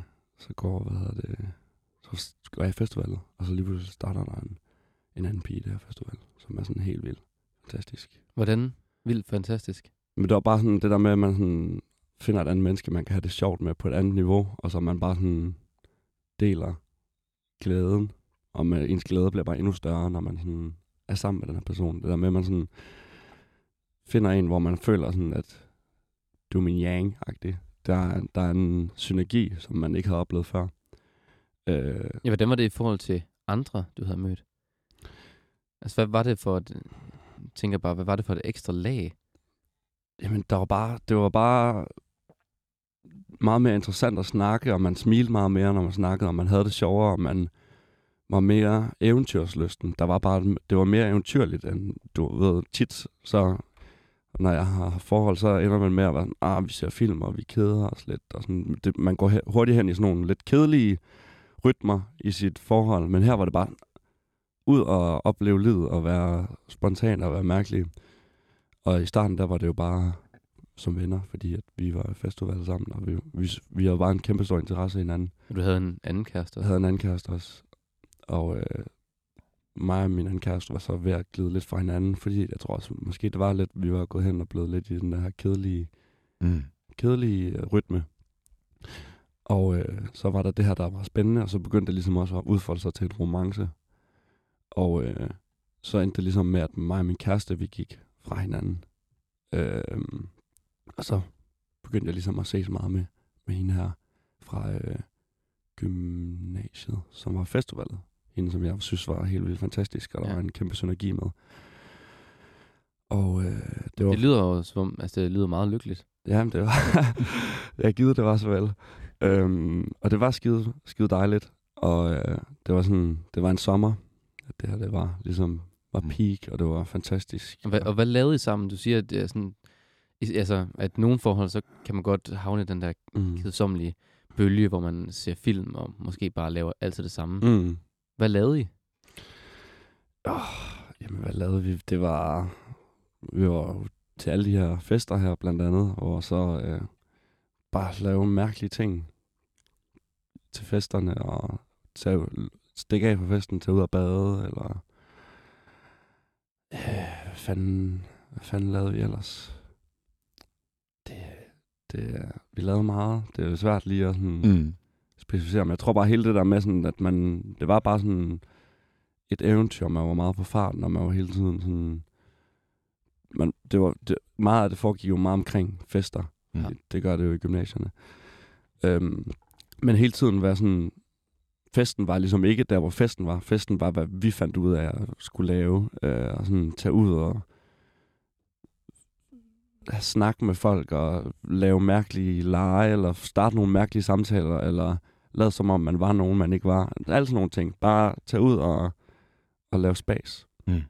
D: jeg i festivalet, og så lige pludselig starter der en anden pige i det her festival, som er sådan helt vild. Fantastisk.
C: Hvordan? Vildt fantastisk?
D: Men det var bare sådan det der med, at man sådan finder et andet menneske, man kan have det sjovt med på et andet niveau, og så man bare sådan deler glæden, og ens glæde bliver bare endnu større, når man sådan er sammen med den her person. Det der med, at man sådan finder en, hvor man føler sådan, at du er min yang-agtig. Der er en synergi, som man ikke havde oplevet før.
C: Ja, hvordan var det i forhold til andre, du havde mødt? Altså, hvad var det for hvad var det for et ekstra lag?
D: Jamen, det var bare meget mere interessant at snakke, og man smilte meget mere, når man snakkede, og man havde det sjovere, og man var mere eventyrslysten. Det var mere eventyrligt, end du ved, tit, så når jeg har forhold, så ender man med at være sådan, vi ser film, og vi keder os lidt, og sådan, man går hurtigt hen i sådan nogle lidt kedelige rytmer i sit forhold, men her var det bare ud og opleve livet, og være spontan og være mærkelig. Og i starten, der var det jo bare som venner, fordi at vi var festivalet sammen, og vi havde bare en kæmpe stor interesse i hinanden.
C: Og du havde en anden kæreste også?
D: Jeg havde en anden kæreste også. Og mig og min anden kæreste var så ved at glide lidt fra hinanden, fordi jeg tror også, måske det var lidt, vi var gået hen og blevet lidt i den der kedelige rytme. Og så var der det her, der var spændende, og så begyndte det ligesom også at udfolde sig til en romance. Og så endte det ligesom med, at mig og min kæreste, vi gik fra hinanden. Og så begyndte jeg ligesom at ses meget med hende her fra gymnasiet, som var festivalet. Hende, som jeg synes var helt vildt fantastisk, og der var en kæmpe synergi med. Og
C: det lyder jo som, altså det lyder meget lykkeligt.
D: Jamen, det var jeg givet, det var så vel. Og det var skide dejligt, og det var en sommer. Det her, det var ligesom var peak, og det var fantastisk.
C: Og hvad lavede I sammen? Du siger, at det er sådan Altså, at nogle forhold, så kan man godt havne i den der kedsommelige bølge, hvor man ser film og måske bare laver altid det samme. Hvad lavede I?
D: Jamen, hvad lavede vi? Vi var til alle de her fester her, blandt andet, og så bare lave mærkelige ting til festerne, og stikke af på festen, tage ud og bade, eller hvad fanden lavede vi ellers? Vi lavede meget. Det er jo svært lige at sådan specificere, men jeg tror bare hele det der med sådan, at det var bare sådan et eventyr, man var meget på farten, og man var hele tiden sådan, meget af det foregik jo meget omkring fester. Ja. Det gør det jo i gymnasierne. Men hele tiden var sådan, festen var ligesom ikke der, hvor festen var. Festen var, hvad vi fandt ud af at skulle lave, og sådan tage ud og snakke med folk, og lave mærkelige lege, eller starte nogle mærkelige samtaler, eller lade som om man var nogen, man ikke var. Alle sådan nogle ting. Bare tage ud og lave spas.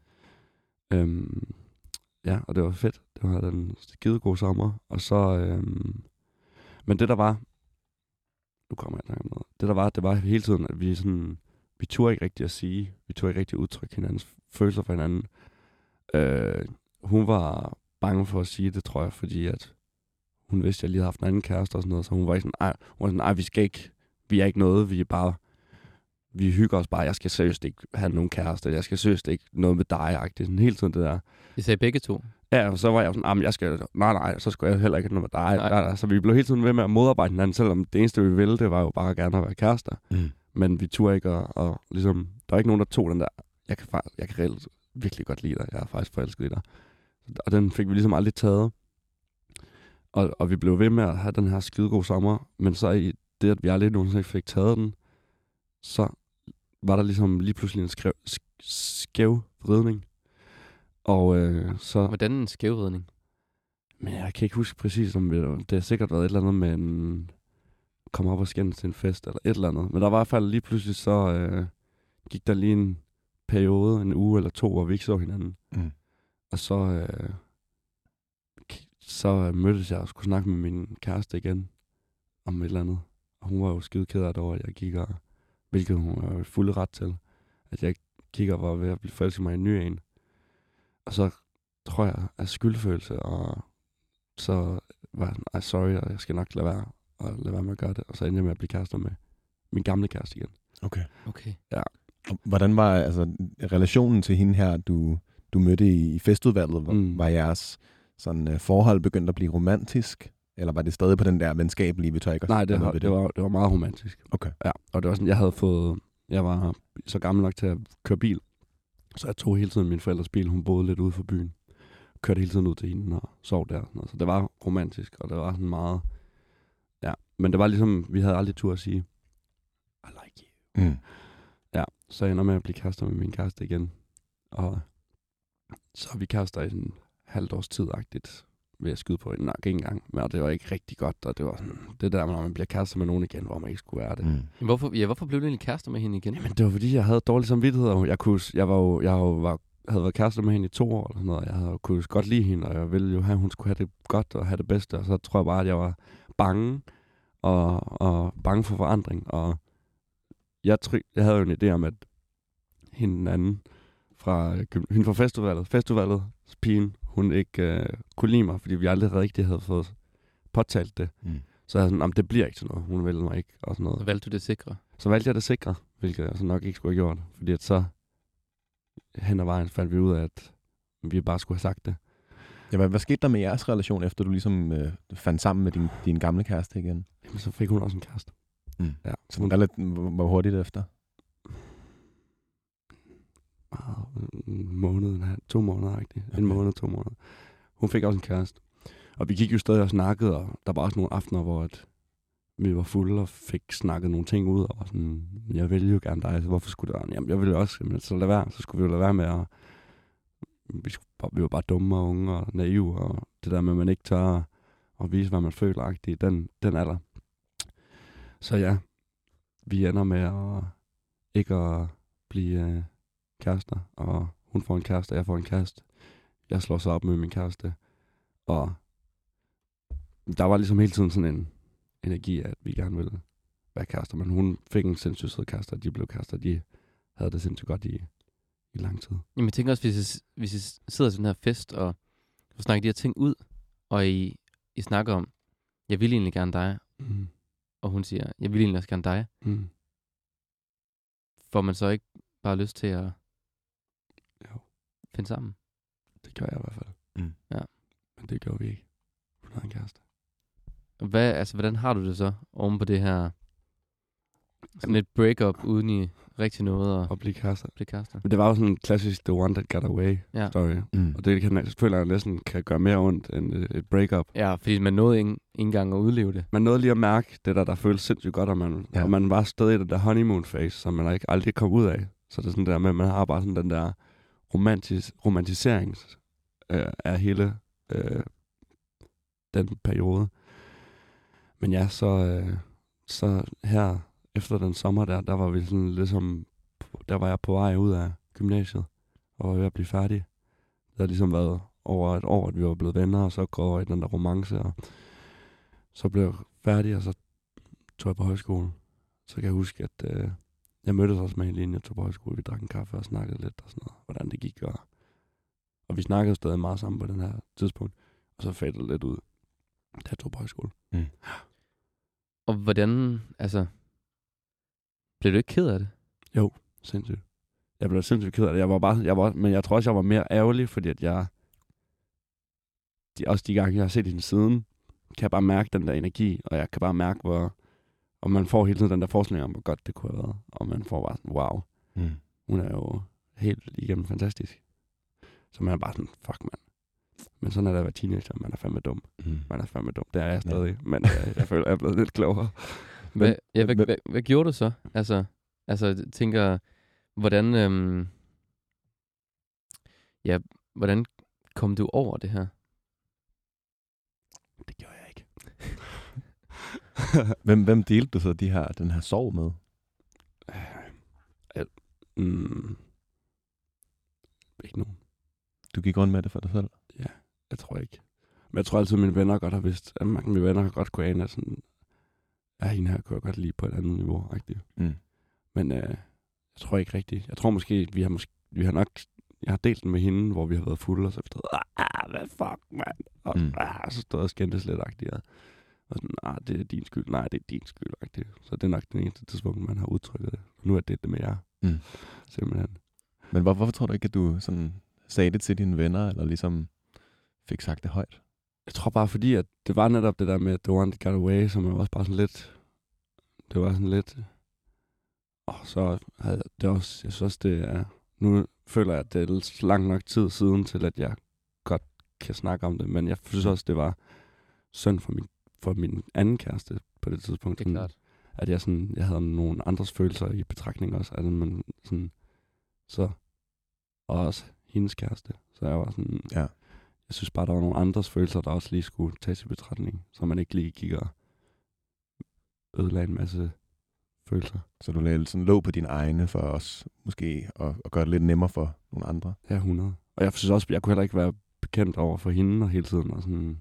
D: Ja, og det var fedt. Det var den skide gode sommer. Og så... men det der var... Nu kommer jeg med noget. Det var hele tiden, at vi turde ikke rigtig at sige. Vi turde ikke rigtig at udtrykke hinandens følelser for hinanden. Hun var bange for at sige det, tror jeg, fordi at hun vidste, at jeg lige havde haft en anden kæreste og sådan noget. Så hun var sådan, vi skal ikke... Vi er ikke noget, vi hygger os bare. Jeg skal seriøst ikke have nogen kæreste. Jeg skal seriøst ikke noget med dig-agtigt. Sådan hele tiden det der.
C: I sagde begge to?
D: Ja, og så var jeg sådan, jeg skal... Nej, så skulle jeg heller ikke have noget med dig. Nej. Så vi blev hele tiden ved med at modarbejde hinanden, selvom det eneste, vi ville, det var jo bare gerne at være kærester. Men vi turde ikke at ligesom... Der var ikke nogen, der tog den der... Jeg kan reelt virkelig godt lide dig. Jeg er faktisk forelsket i dig. Og den fik vi ligesom aldrig taget. Og vi blev ved med at have den her skidegode sommer. Men så i det, at vi aldrig nogensinde fik taget den, så var der ligesom lige pludselig en skæv vridning. Og så...
C: Hvordan en skæv vridning?
D: Men jeg kan ikke huske præcis, om det har sikkert været et eller andet med en... Komme op og skændes til en fest, eller et eller andet. Men der var i hvert fald lige pludselig så... gik der lige en periode, en uge eller to, hvor vi ikke så hinanden. Og så mødtes jeg og skulle snakke med min kæreste igen om et eller andet. Og hun var jo skide ked af det over, at jeg gik og... Hvilket hun var fuld ret til. At jeg kigger var ved at blive forelsket mig i en ny en. Og så tror jeg, at skyldfølelse, og så var jeg sorry, og jeg skal nok lade være med at gøre det. Og så endte jeg med at blive kærester med min gamle kæreste igen.
C: Okay.
D: Ja.
B: Og hvordan var relationen til hende her, du mødte i festudvalget? Var jeres sådan, forhold begyndt at blive romantisk? Eller var det stadig på den der venskabelige, vi tør ikke?
D: Nej, det var meget romantisk.
B: Okay.
D: Ja, og det var sådan, jeg var så gammel nok til at køre bil, så jeg tog hele tiden min forældres bil. Hun boede lidt ude for byen. Kørte hele tiden ud til hende og sov der. Så det var romantisk, og det var sådan meget... Ja, men det var ligesom, vi havde aldrig tur at sige, I like you. Ja, så jeg ender med at blive kærester med min kæreste igen. Og så er vi kærester i sådan halvt års tid-agtigt ved at skyde på en nok ikke engang. Men det var ikke rigtig godt, og det var sådan, det der, når man bliver kærester med nogen igen, hvor man ikke skulle være det.
C: Hvorfor blev du egentlig kærester med hende igen?
D: Jamen, det var fordi, jeg havde dårlig samvittighed, og havde været kærester med hende i 2 år, eller sådan noget. Jeg kunne godt lide hende, og jeg ville jo have, at hun skulle have det godt og have det bedste, og så tror jeg bare, at jeg var bange, og bange for forandring, og jeg havde jo en idé om, at hende anden hende fra festudvalget, pigen, hun ikke kunne lide mig, fordi vi aldrig rigtig havde fået påtalt det. Så jeg sådan, det bliver ikke sådan noget, hun ville mig ikke, og sådan noget.
C: Så valgte du det sikre?
D: Så valgte jeg det sikre, hvilket jeg så nok ikke skulle have gjort, fordi at så hen ad vejen fandt vi ud af, at vi bare skulle have sagt det.
B: Ja, hvad skete der med jeres relation, efter du ligesom fandt sammen med din gamle kæreste igen?
D: Jamen, så fik hun også en kæreste.
B: Ja, så hun var hurtigt efter?
D: En måned, 2 måneder-agtigt. Okay. 1 måned, 2 måneder. Hun fik også en kæreste. Og vi gik jo stadig og snakkede, og der var også nogle aftener, hvor vi var fulde og fik snakket nogle ting ud, og sådan, jeg ville jo gerne dig, så hvorfor skulle det være? Jamen, jeg ville også, men så lade være, så skulle vi jo lade være med at... Vi var bare dumme og unge og naive, og det der med, at man ikke tør at vise, hvad man føler-agtigt, den er der. Så ja, vi ender med ikke at blive kærester, og hun får en kæreste, jeg får en kæreste. Jeg slår så op med min kæreste, og der var ligesom hele tiden sådan en energi af, at vi gerne ville være kærester. Men hun fik en sindssygt sød kæreste, og de blev kærester. De havde det sindssygt godt i lang tid.
C: Jamen, jeg tænker også, hvis I sidder til den her fest, og snakker de her ting ud, og I snakker om, jeg vil egentlig gerne dig, og hun siger, jeg vil egentlig også gerne dig, får man så ikke bare lyst til at finde sammen?
D: Det gør jeg i hvert fald.
C: Ja.
D: Men det gjorde vi ikke. Hun havde en kæreste.
C: Hvordan har du det så oven på det her sådan et break-up uden i rigtig noget
D: at blive kærester? Men det var jo sådan en klassisk The One That Got Away story. Og det føler jeg næsten kan gøre mere ondt end et break-up.
C: Ja, fordi man nåede ikke engang at udleve det.
D: Man nåede lige at mærke det der føles sindssygt godt, og man var stadig i det der honeymoon phase, som man ikke aldrig kom ud af. Så det er sådan der med, man har bare sådan den der romantisering af hele den periode. Men ja, så her efter den sommer der var vi sådan ligesom, der var jeg på vej ud af gymnasiet og var ved at blive færdig. Det havde ligesom været over et år, at vi var blevet venner, og så går over i den der romance, og så blev jeg færdig, og så tog jeg på højskole. Så kan jeg huske, at jeg mødtes også med en linje, jeg tog på højskole, vi drak en kaffe og snakkede lidt og sådan noget, hvordan det gik, og vi snakkede stadig meget sammen på den her tidspunkt, og så faldt det lidt ud, da jeg tog på højskole.
C: Og hvordan, blev du ikke ked af det?
D: Jo, sindssygt. Jeg blev sindssygt ked af det. Men jeg tror også, jeg var mere ærgerlig, fordi at også de gange, jeg har set hende siden, kan jeg bare mærke den der energi, og jeg kan bare mærke, og man får hele tiden den der forestilling om, hvor godt det kunne have været. Og man får bare sådan, wow, hun er jo helt igennem fantastisk. Så man er bare sådan, fuck mand. Men sådan er det at være teenager, man er fandme dum. Man er fandme dum, det er jeg stadig, men jeg føler, jeg er blevet lidt klogere.
C: Hvad gjorde du så? Jeg tænker, hvordan kom du over det her?
D: Det gjorde jeg ikke.
B: Hvem delte du så den her sorg med?
D: Ikke nogen.
B: Du gik rundt med det for dig selv?
D: Ja, jeg tror ikke. Men jeg tror altid, at mine venner godt har vidst, at mange af mine venner har godt kunne ane, at sådan, hende her kunne jeg godt lide på et andet niveau. Men jeg tror ikke rigtigt. Jeg tror måske, jeg har delt den med hende, hvor vi har været fulde, og så har vi hvad fuck, mand. Og så stod jeg og skændtes lidt, og sådan, det er din skyld. Nej, det er din skyld, Så det er nok den eneste tidspunkt, man har udtrykket det. Nu er det med jer. Simpelthen.
B: Men hvorfor tror du ikke, at du sådan sagde det til dine venner, eller ligesom fik sagt det højt?
D: Jeg tror bare, fordi at det var netop det der med The One That Got Away, som var også bare sådan lidt... Det var sådan lidt... så havde det også... Jeg synes også, det er... Nu føler jeg, at det er lang nok tid siden til, at jeg godt kan snakke om det. Men jeg synes også, det var synd for min anden kæreste på det tidspunkt.
C: Det er klart.
D: At jeg havde nogle andres følelser i betragtning også. Altså, man sådan... Så... Og også hendes kæreste. Så jeg var sådan...
B: Ja.
D: Jeg synes bare, der var nogle andres følelser, der også lige skulle tages i betragtning, så man ikke lige gik og ødelagde en masse følelser.
B: Så du lagde sådan låg på dine egne for os, måske, og gøre det lidt nemmere for nogle andre?
D: Ja, 100. Og jeg synes også, jeg kunne heller ikke være bekendt over for hende og hele tiden, og sådan...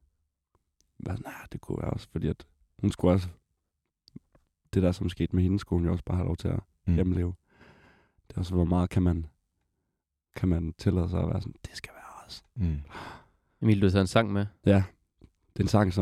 D: det kunne jeg også, fordi at hun skulle også... Det der, som skete med hende, skulle hun jo også bare have lov til at hjemleve. Det er også, hvor meget kan man tillade sig at være sådan, det skal være os.
C: Emil, du har taget en sang med?
D: Ja, det er en sang,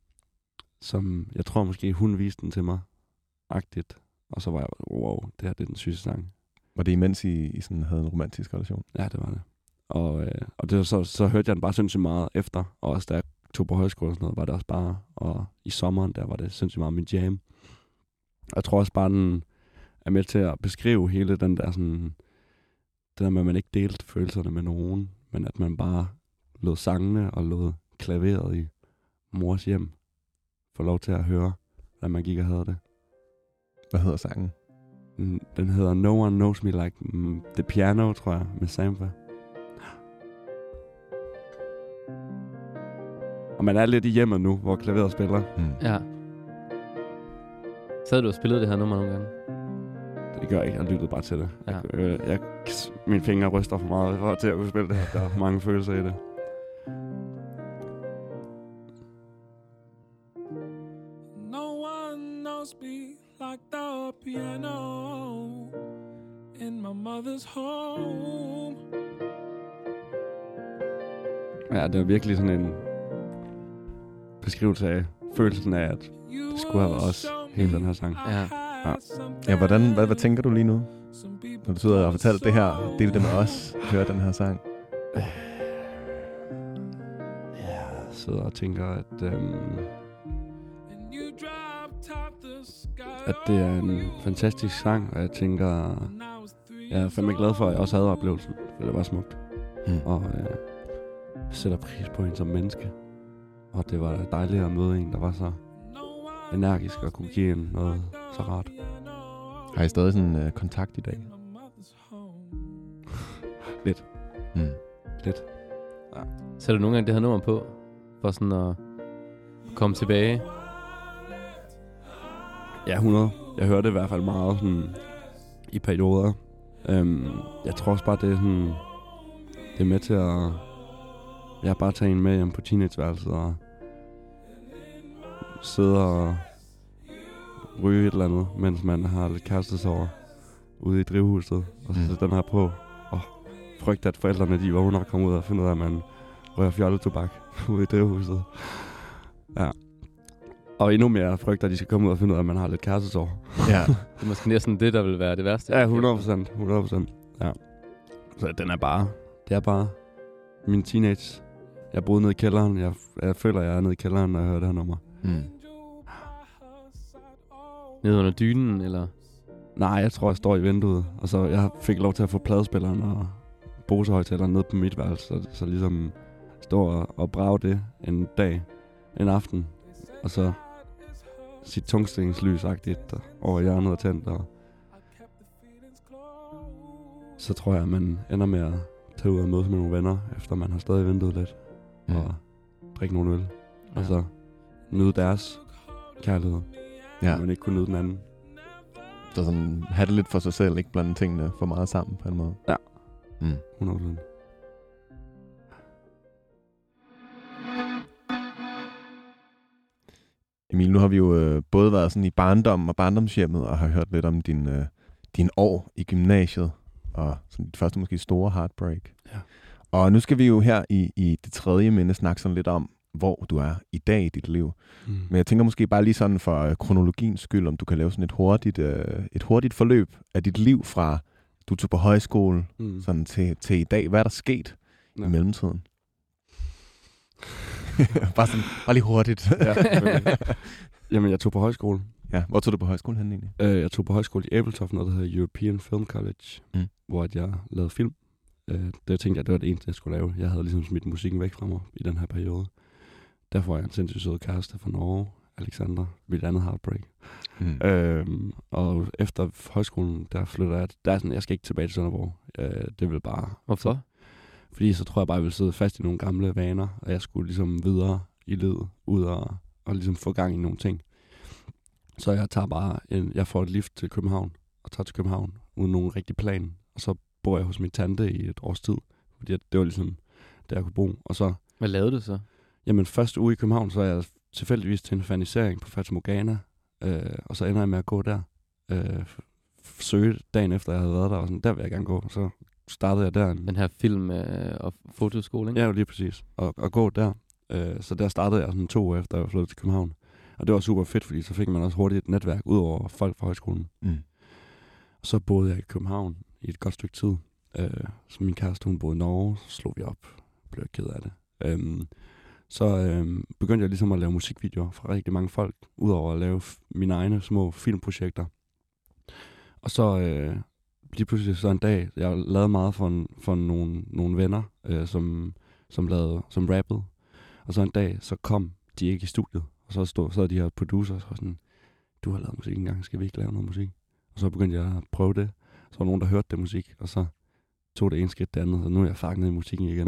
D: som jeg tror måske, hun viste den til mig, agtigt. Og så var jeg, wow, det her det er den sygeste sang.
B: Var det imens I sådan havde en romantisk relation?
D: Ja, det var det. Og det var så hørte jeg den bare sindssygt meget efter. Og også da jeg tog på højskole og sådan noget, var det også bare, og i sommeren, der var det sindssygt meget min jam. Og jeg tror også bare, den er med til at beskrive hele den der sådan, det der med, at man ikke delte følelserne med nogen, men at man bare lod sangene og lod klaveret i mors hjem få lov til at høre, hvordan man gik og havde det.
B: Hvad hedder sangen?
D: Den hedder No One Knows Me Like The Piano, tror jeg, med Sampha. Og man er lidt i hjemmet nu, hvor klaveret spiller.
C: Ja. Så havde du spillet det her nummer nogle gange?
D: Det gør jeg ikke, jeg lyttede bare til det.
C: Ja.
D: Mine fingre ryster for meget for til at kunne spille det her. Der er mange følelser i det.
F: must be like the piano in my mother's home.
D: Ja, det er virkelig sådan en beskrivelse af følelsen af, at det skulle have været os, hele den her sang.
C: Ja.
B: Ja, hvad tænker du lige nu? Når du sidder og fortæller det her, del det med os, hører den her sang.
D: Jeg sidder og tænker, at det er en fantastisk sang, og jeg tænker, jeg er fandme glad for, at jeg også havde oplevelsen, for det var smukt. Og sætter pris på en som menneske. Og det var dejligt at møde en, der var så energisk og kunne give en noget så rart.
B: Har I stadig sådan kontakt i dag?
D: Lidt. Lidt.
C: Ja. Så er du nogle gange det her nummer på, for sådan at komme tilbage?
D: Ja, 100. Jeg hørte det i hvert fald meget sådan, i perioder. Jeg tror også bare, det er sådan, det er med til at bare tage en med hjem på teenageværelset og sidde og ryge et eller andet, mens man har lidt kærestesorger ude i drivhuset, og så den her på, og frygte, at forældrene de vågner og kommer ud og finder ud af, at man rører fjolletobak ude i drivhuset. Ja. Og endnu mere frygter, at de skal komme ud og finde ud af, at man har lidt kærestesorger.
B: Ja.
C: Det er måske næsten det, der vil være det værste.
D: Ja, 100%. Ja. Så det er bare min teenage. Jeg boede nede i kælderen. Jeg føler, jeg er nede i kælderen, når jeg hører det her nummer.
C: Nede under dynen, eller?
D: Nej, jeg tror, jeg står i vinduet. Og så jeg fik lov til at få pladespilleren og Bose-højtaleren ned på mit værelse. Så ligesom stå og brage det en aften. Og så sit tungstenslys-agtigt over hjørnet og tændt. Og så tror jeg, at man ender med at tage ud og mødes med nogle venner, efter man har stadig ventet lidt. Og drikke nogle øl. Ja. Og så nyde deres kærlighed. Ja. Men ikke kunne nyde den anden.
B: Så sådan, have det lidt for sig selv, ikke blande tingene for meget sammen på en måde.
D: Ja. 100%.
B: Emil, nu har vi jo både været sådan i barndommen og barndomshjemmet, og har hørt lidt om din år i gymnasiet, og sådan dit første måske store heartbreak.
D: Ja.
B: Og nu skal vi jo her i det tredje minde snakke sådan lidt om, hvor du er i dag i dit liv. Men jeg tænker måske bare lige sådan for kronologiens skyld, om du kan lave sådan et hurtigt forløb af dit liv fra du tog på højskole sådan til i dag. Hvad er der sket i mellemtiden? bare lige hurtigt.
D: Jamen, jeg tog på højskole.
B: Ja, hvor tog du på højskole hen egentlig?
D: Jeg tog på højskole i Ebeltoft, noget der hedder European Film College, hvor jeg lavede film. Det tænkte jeg, det var det eneste, jeg skulle lave. Jeg havde ligesom smidt musikken væk fra mig i den her periode. Derfor var jeg en sindssygt sød kæreste fra Norge, Alexander, mit andet heartbreak. Og efter højskolen, der flytter jeg. Der er sådan, jeg skal ikke tilbage til Sønderborg. Det vil bare...
C: Hvorfor?
D: Fordi så tror jeg bare, jeg ville sidde fast i nogle gamle vaner, og jeg skulle ligesom videre i livet, ud og ligesom få gang i nogle ting. Så jeg får et lift til København, og tager til København, uden nogen rigtig plan. Og så bor jeg hos min tante i et års tid, fordi det var ligesom, der jeg kunne bo. Og så...
C: Hvad lavede du så?
D: Jamen, første uge i København, så er jeg tilfældigvis til en fanisering på Fatamorgana, og så ender jeg med at gå der. Søge dagen efter, jeg havde været der, og sådan, der vil jeg gerne gå. Så startede jeg der.
C: Den her film- og fotoskole, ikke?
D: Ja, lige præcis. Og gå der. Så der startede jeg sådan 2 år efter, jeg flyttede til København. Og det var super fedt, fordi så fik man også hurtigt et netværk ud over folk fra højskolen. Og så boede jeg i København i et godt stykke tid. Så min kæreste, hun boede i Norge, så slog vi op. Blev jeg ked af det. Så begyndte jeg ligesom at lave musikvideoer fra rigtig mange folk, udover at lave mine egne små filmprojekter. Og så lige pludselig så en dag, jeg lavede meget for nogle venner, som rappede. Og så en dag, så kom de ikke i studiet, og så sad de her producers og sådan, du har lavet musik engang, skal vi ikke lave noget musik? Og så begyndte jeg at prøve det. Så var nogen, der hørte det musik, og så tog det ene skridt det andet, og nu er jeg fanget i musikken igen.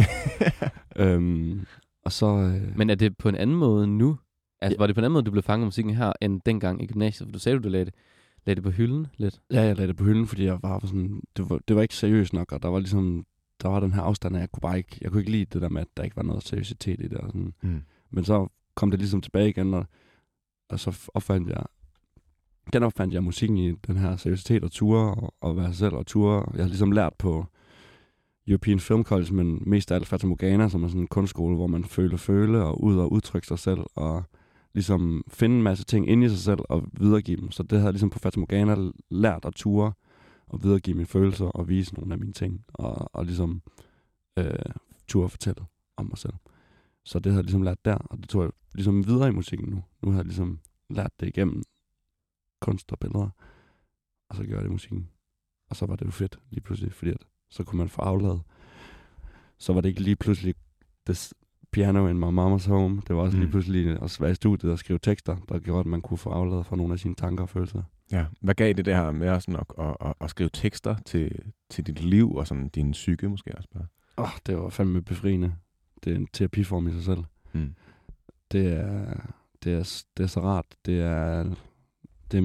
D: Og så,
C: Men er det på en anden måde nu? Altså, var det på en anden måde, du blev fanget i musikken her, end dengang i gymnasiet? For du sagde, du lagde det på hylden lidt.
D: Ja, jeg lagde det på hylden, fordi jeg var sådan, det var ikke seriøst nok, og der var den her afstand, at jeg kunne ikke lide det der med, at der ikke var noget seriøsitet i det. Og sådan. Men så kom det ligesom tilbage igen, og så opfandt jeg genopfandt jeg musikken i den her seriøsitet og ture og være sig selv og ture. Jeg har ligesom lært på European Film College, men mest af alt Fata Morgana, som er sådan en kunstskole, hvor man føle og ud og udtrykke sig selv og ligesom finde en masse ting inde i sig selv og videregive dem. Så det har jeg ligesom på Fata Morgana lært at ture og videregive mine følelser og vise nogle af mine ting og ligesom ture og fortælle om mig selv. Så det har jeg ligesom lært der, og det tog jeg ligesom videre i musikken nu. Nu har jeg ligesom lært det igennem kunst og billeder, og så gjorde jeg det i musikken. Og så var det jo fedt lige pludselig, fordi at så kunne man få afladet. Så var det ikke lige pludselig this piano in my mama's home. Det var også lige pludselig at være i studiet og skrive tekster, der gjorde, at man kunne få afladet fra nogle af sine tanker og følelser.
B: Ja, hvad gav det her med sådan at skrive tekster til dit liv og sådan din psyke måske også bare?
D: Det var fandme befriende. Det er en terapiform i sig selv. Det er så rart. Det er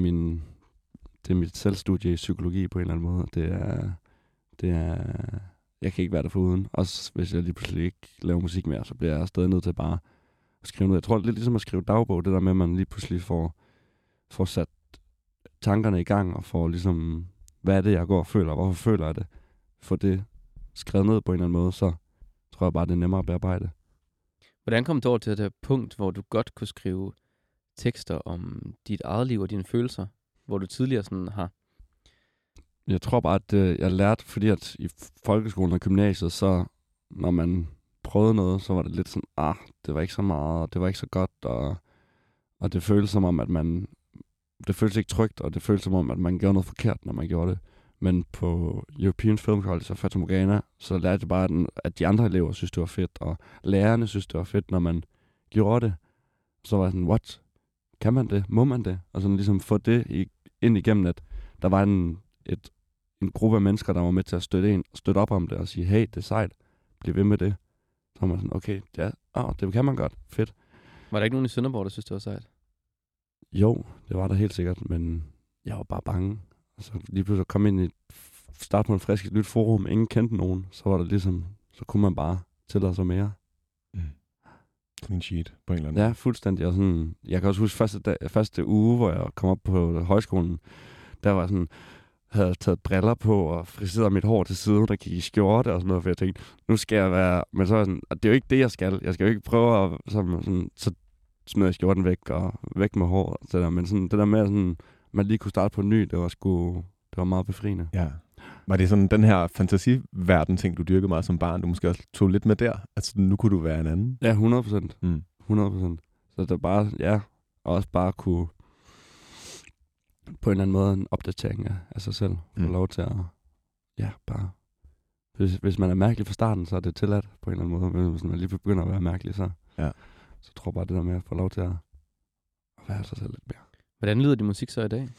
D: mit selvstudie i psykologi på en eller anden måde. Det er jeg kan ikke være der foruden. Også hvis jeg lige pludselig ikke laver musik mere, så bliver jeg stadig nødt til bare at skrive noget. Jeg tror, det er lidt ligesom at skrive dagbog. Det der med, at man lige pludselig får sat tankerne i gang og får ligesom, hvad er det, jeg går og føler, hvorfor føler jeg det? Få det skrevet ned på en eller anden måde, så tror jeg bare, det er nemmere at bearbejde.
C: Hvordan kom du over til det her punkt, hvor du godt kunne skrive tekster om dit eget liv og dine følelser, hvor du tidligere sådan har?
D: Jeg tror bare, at jeg lærte, fordi at i folkeskolen og gymnasiet, så når man prøvede noget, så var det lidt sådan, det var ikke så meget, det var ikke så godt, og det føltes som om, at det føltes ikke trygt, og det føltes som om, at man gjorde noget forkert, når man gjorde det. Men på European Film College og Fata Morgana, så lærte jeg bare, at de andre elever synes, det var fedt, og lærerne synes, det var fedt, når man gjorde det. Så var jeg sådan, what? Kan man det? Må man det? Og sådan ligesom få det ind igennem, at der var en gruppe af mennesker, der var med til at støtte op om det, og sige, hey, det er sejt, bliv ved med det. Så var man sådan, okay, ja, det kan man godt, fedt.
C: Var der ikke nogen i Sønderborg, der synes, det var sejt?
D: Jo, det var der helt sikkert, men jeg var bare bange. Altså lige pludselig kom ind starte på en frisk nyt forum, ingen kendte nogen, så var det ligesom, så kunne man bare tillade sig mere.
B: Clean sheet på en eller anden.
D: Ja, fuldstændig. Og sådan, jeg kan også huske første uge, hvor jeg kom op på højskolen, der var sådan, havde taget briller på og friseret mit hår til siden, der gik i skjorte og sådan noget, for jeg tænkte, nu skal jeg være, men så var sådan, det er jo ikke det, jeg skal. Jeg skal jo ikke prøve at, så smed jeg skjorten væk og væk med hår, så der, men sådan, det der med, sådan, man lige kunne starte på ny, det var meget befriende. Ja.
B: Var det sådan den her fantasiverden ting, du dyrkede meget som barn, du måske også tog lidt med der? Altså, nu kunne du være en anden?
D: Ja, 100%. 100%. Så det bare, ja, også bare kunne på en eller anden måde en opdatering af sig selv. Få lov til at, ja, bare... Hvis man er mærkelig fra starten, så er det tilladt på en eller anden måde. Men hvis man lige begynder at være mærkelig, så tror jeg bare det der med at få lov til at være sig selv lidt mere.
C: Hvordan lyder din musik så i dag?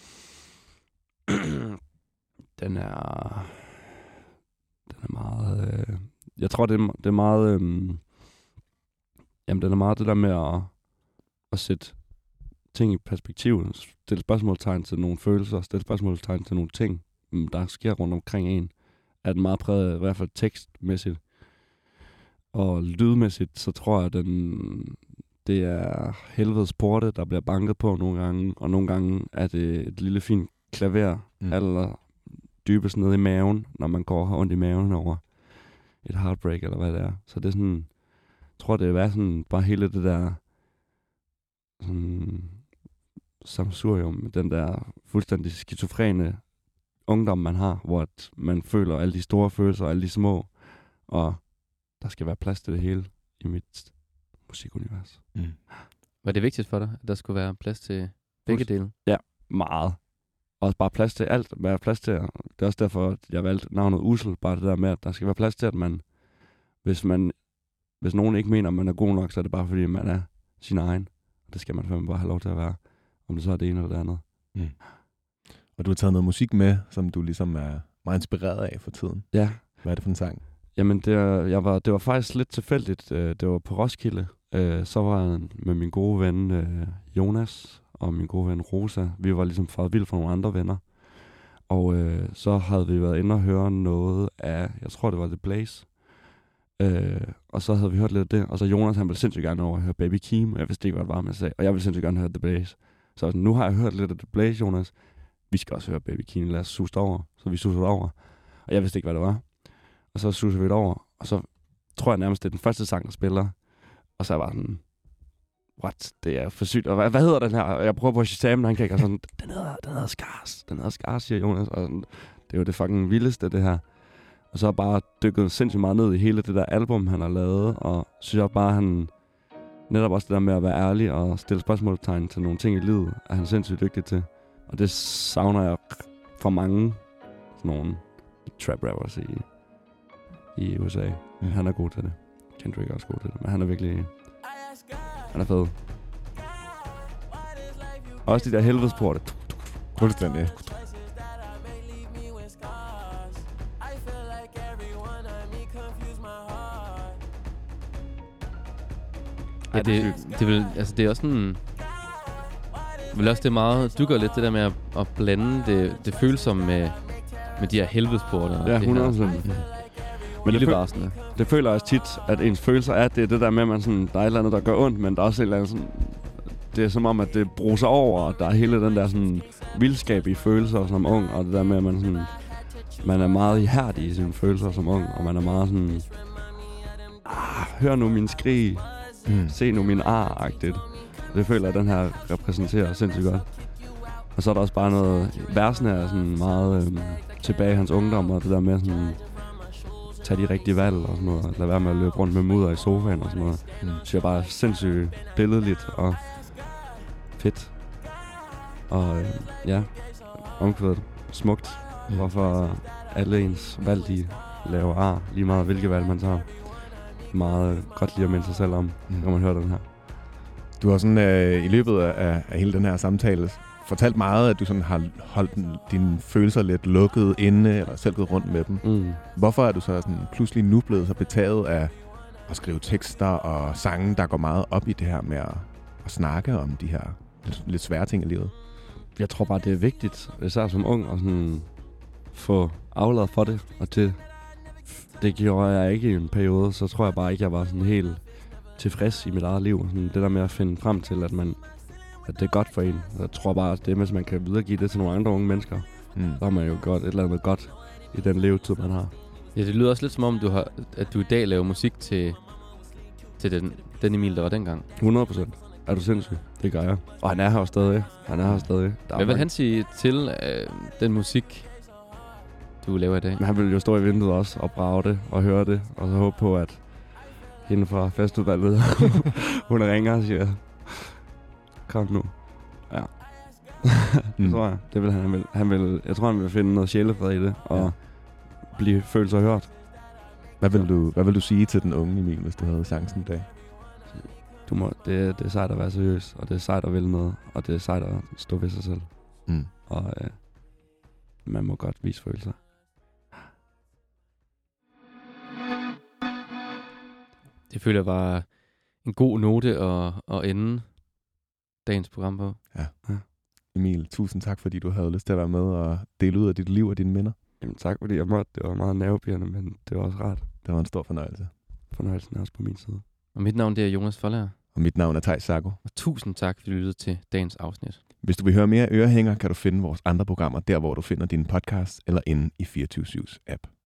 D: Den er meget... jeg tror, det er meget... den er meget det der med at sætte ting i perspektiv. Stille spørgsmålstegn til nogle følelser, stille spørgsmålstegn til nogle ting, der sker rundt omkring en. Er den meget præget, i hvert fald tekstmæssigt. Og lydmæssigt, så tror jeg, det er helvedes porte, der bliver banket på nogle gange. Og nogle gange er det et lille fint klaver, eller dybest nede i maven, når man går og har ondt i maven over et heartbreak, eller hvad det er. Så det er sådan, jeg tror, det er sådan, bare hele det der sådan, samsurium, den der fuldstændig skizofrene ungdom, man har, hvor man føler alle de store følelser, alle de små, og der skal være plads til det hele i mit musikunivers.
C: Var det vigtigt for dig, at der skulle være plads til begge dele? Ja,
D: meget. Også bare plads til alt. Være plads til, det er også derfor, at jeg valgte navnet Ussel, bare det der med, at der skal være plads til, at hvis nogen ikke mener, at man er god nok, så er det bare fordi, man er sin egen. Det skal man fandme bare have lov til at være, om det så er det ene eller det andet.
B: Og du har taget noget musik med, som du ligesom er meget inspireret af for tiden.
D: Ja.
B: Hvad er det for en sang?
D: Jamen, det var faktisk lidt tilfældigt. Det var på Roskilde. Så var jeg med min gode ven Jonas og min gode ven Rosa. Vi var ligesom faret vildt for nogle andre venner. Og så havde vi været inde og høre noget af, jeg tror det var The Blaze. Og så havde vi hørt lidt af det. Og så Jonas, han ville sindssygt gerne over at høre Baby Keem. Og jeg vidste ikke, hvad det var, men jeg sagde. Og jeg ville sindssygt gerne høre The Blaze. Så nu har jeg hørt lidt af The Blaze, Jonas. Vi skal også høre Baby Keane, lad os suste over. Så vi susede over. Og jeg vidste ikke, hvad det var. Og så susede vi det over. Og så tror jeg nærmest, det er den første sang, der spiller. Og så er jeg bare sådan, what? Det er for sygt. Og hvad hedder den her? Og jeg prøver på at Shazam, han kigger sådan, den hedder Scars. Den hedder Scars, siger Jonas. Og sådan, det er jo det fucking vildeste, det her. Og så har bare dykket sindssygt meget ned i hele det der album, han har lavet. Og synes jeg bare, han netop også det der med at være ærlig og stille spørgsmålstegn til nogle ting i livet, er han sindssygt dygtig til. Og det savner jeg for mange sådan nogle trap rappers i USA. Han er god til det. Kendrick er også god til det, men han er virkelig... Han er fed. Også de der helvedesporte.
B: Fuldstændig.
C: Ja, det er også sådan... Vel også det er meget... Du gør lidt det der med at blande det følsomme med de her helvedesporter.
D: Ja, 100%. Men det føler jeg også tit, at ens følelser er, det er det der med, at man sådan, der er et eller andet, der gør ondt, men der er også et eller andet sådan... Det er som om, at det bruser over, og der er hele den der sådan vildskab i følelser som ung, og det der med, at man sådan... Man er meget ihærdig i sine følelser som ung, og man er meget sådan... hør nu min skrig, se nu min ar-agtigt. Det føler jeg, at den her repræsenterer sindssygt godt. Og så er der også bare noget... Versen er sådan meget tilbage i hans ungdom, og det der med sådan... Tage de rigtige valg og sådan noget. Lad være med at løbe rundt med mudder i sofaen og sådan noget. Så jeg bare sindssygt billedligt og fedt. Og omkvædet smukt. Hvorfor alle ens valg, de laver ar. Lige meget hvilke valg man tager. Meget godt lige at minde sig selv om, når man hører den her.
B: Du har sådan i løbet af hele den her samtale fortalt meget, at du sådan har holdt dine følelser lidt lukket inde, eller selv gået rundt med dem. Hvorfor er du så sådan pludselig nu blevet så betaget af at skrive tekster og sange, der går meget op i det her med at snakke om de her lidt svære ting i livet?
D: Jeg tror bare, det er vigtigt, især som ung, at sådan få afladet for det. Og det gjorde jeg ikke i en periode, så tror jeg bare ikke, jeg var sådan helt tilfreds i mit eget liv. Sådan det der med at finde frem til, at det er godt for en. Jeg tror bare, at det, hvis man kan videregive det til nogle andre unge mennesker, så har man jo gjort et eller andet godt i den levetid, man har.
C: Ja, det lyder også lidt som om, at du i dag laver musik til den Emil, der var dengang.
D: 100%. Er du sindssyg? Det gør jeg. Og han er her stadig.
C: Hvad vil han sige til den musik, du laver i dag?
D: Men han vil jo stå i vinduet også og brage det og høre det, og så håbe på, at hende fra festudvalget, hun ringer og siger, kom nu. Ja. Det tror jeg. Det vil han vil. Jeg tror, han vil finde noget sjælefred i det, og blive følt sig hørt.
B: Hvad vil du sige til den unge Emil, hvis du havde chancen i dag?
D: Det er sejt at være seriøs, og det er sejt at vælge noget, og det er sejt at stå ved sig selv. Og man må godt vise følelser.
C: Det føler jeg var en god note at ende dagens program på.
B: Ja. Emil, tusind tak, fordi du havde lyst til at være med og dele ud af dit liv og dine minder.
D: Jamen tak, fordi jeg måtte. Det var meget nervepirrende, men det var også rart.
B: Det var en stor fornøjelse.
D: Fornøjelsen er også på min side.
C: Og mit navn det er Jonas Forlager.
B: Og mit navn er Theis Sarko.
C: Og tusind tak, fordi du lyttede til dagens afsnit.
B: Hvis du vil høre mere Ørehænger, kan du finde vores andre programmer der, hvor du finder dine podcasts, eller inde i 24/7's app.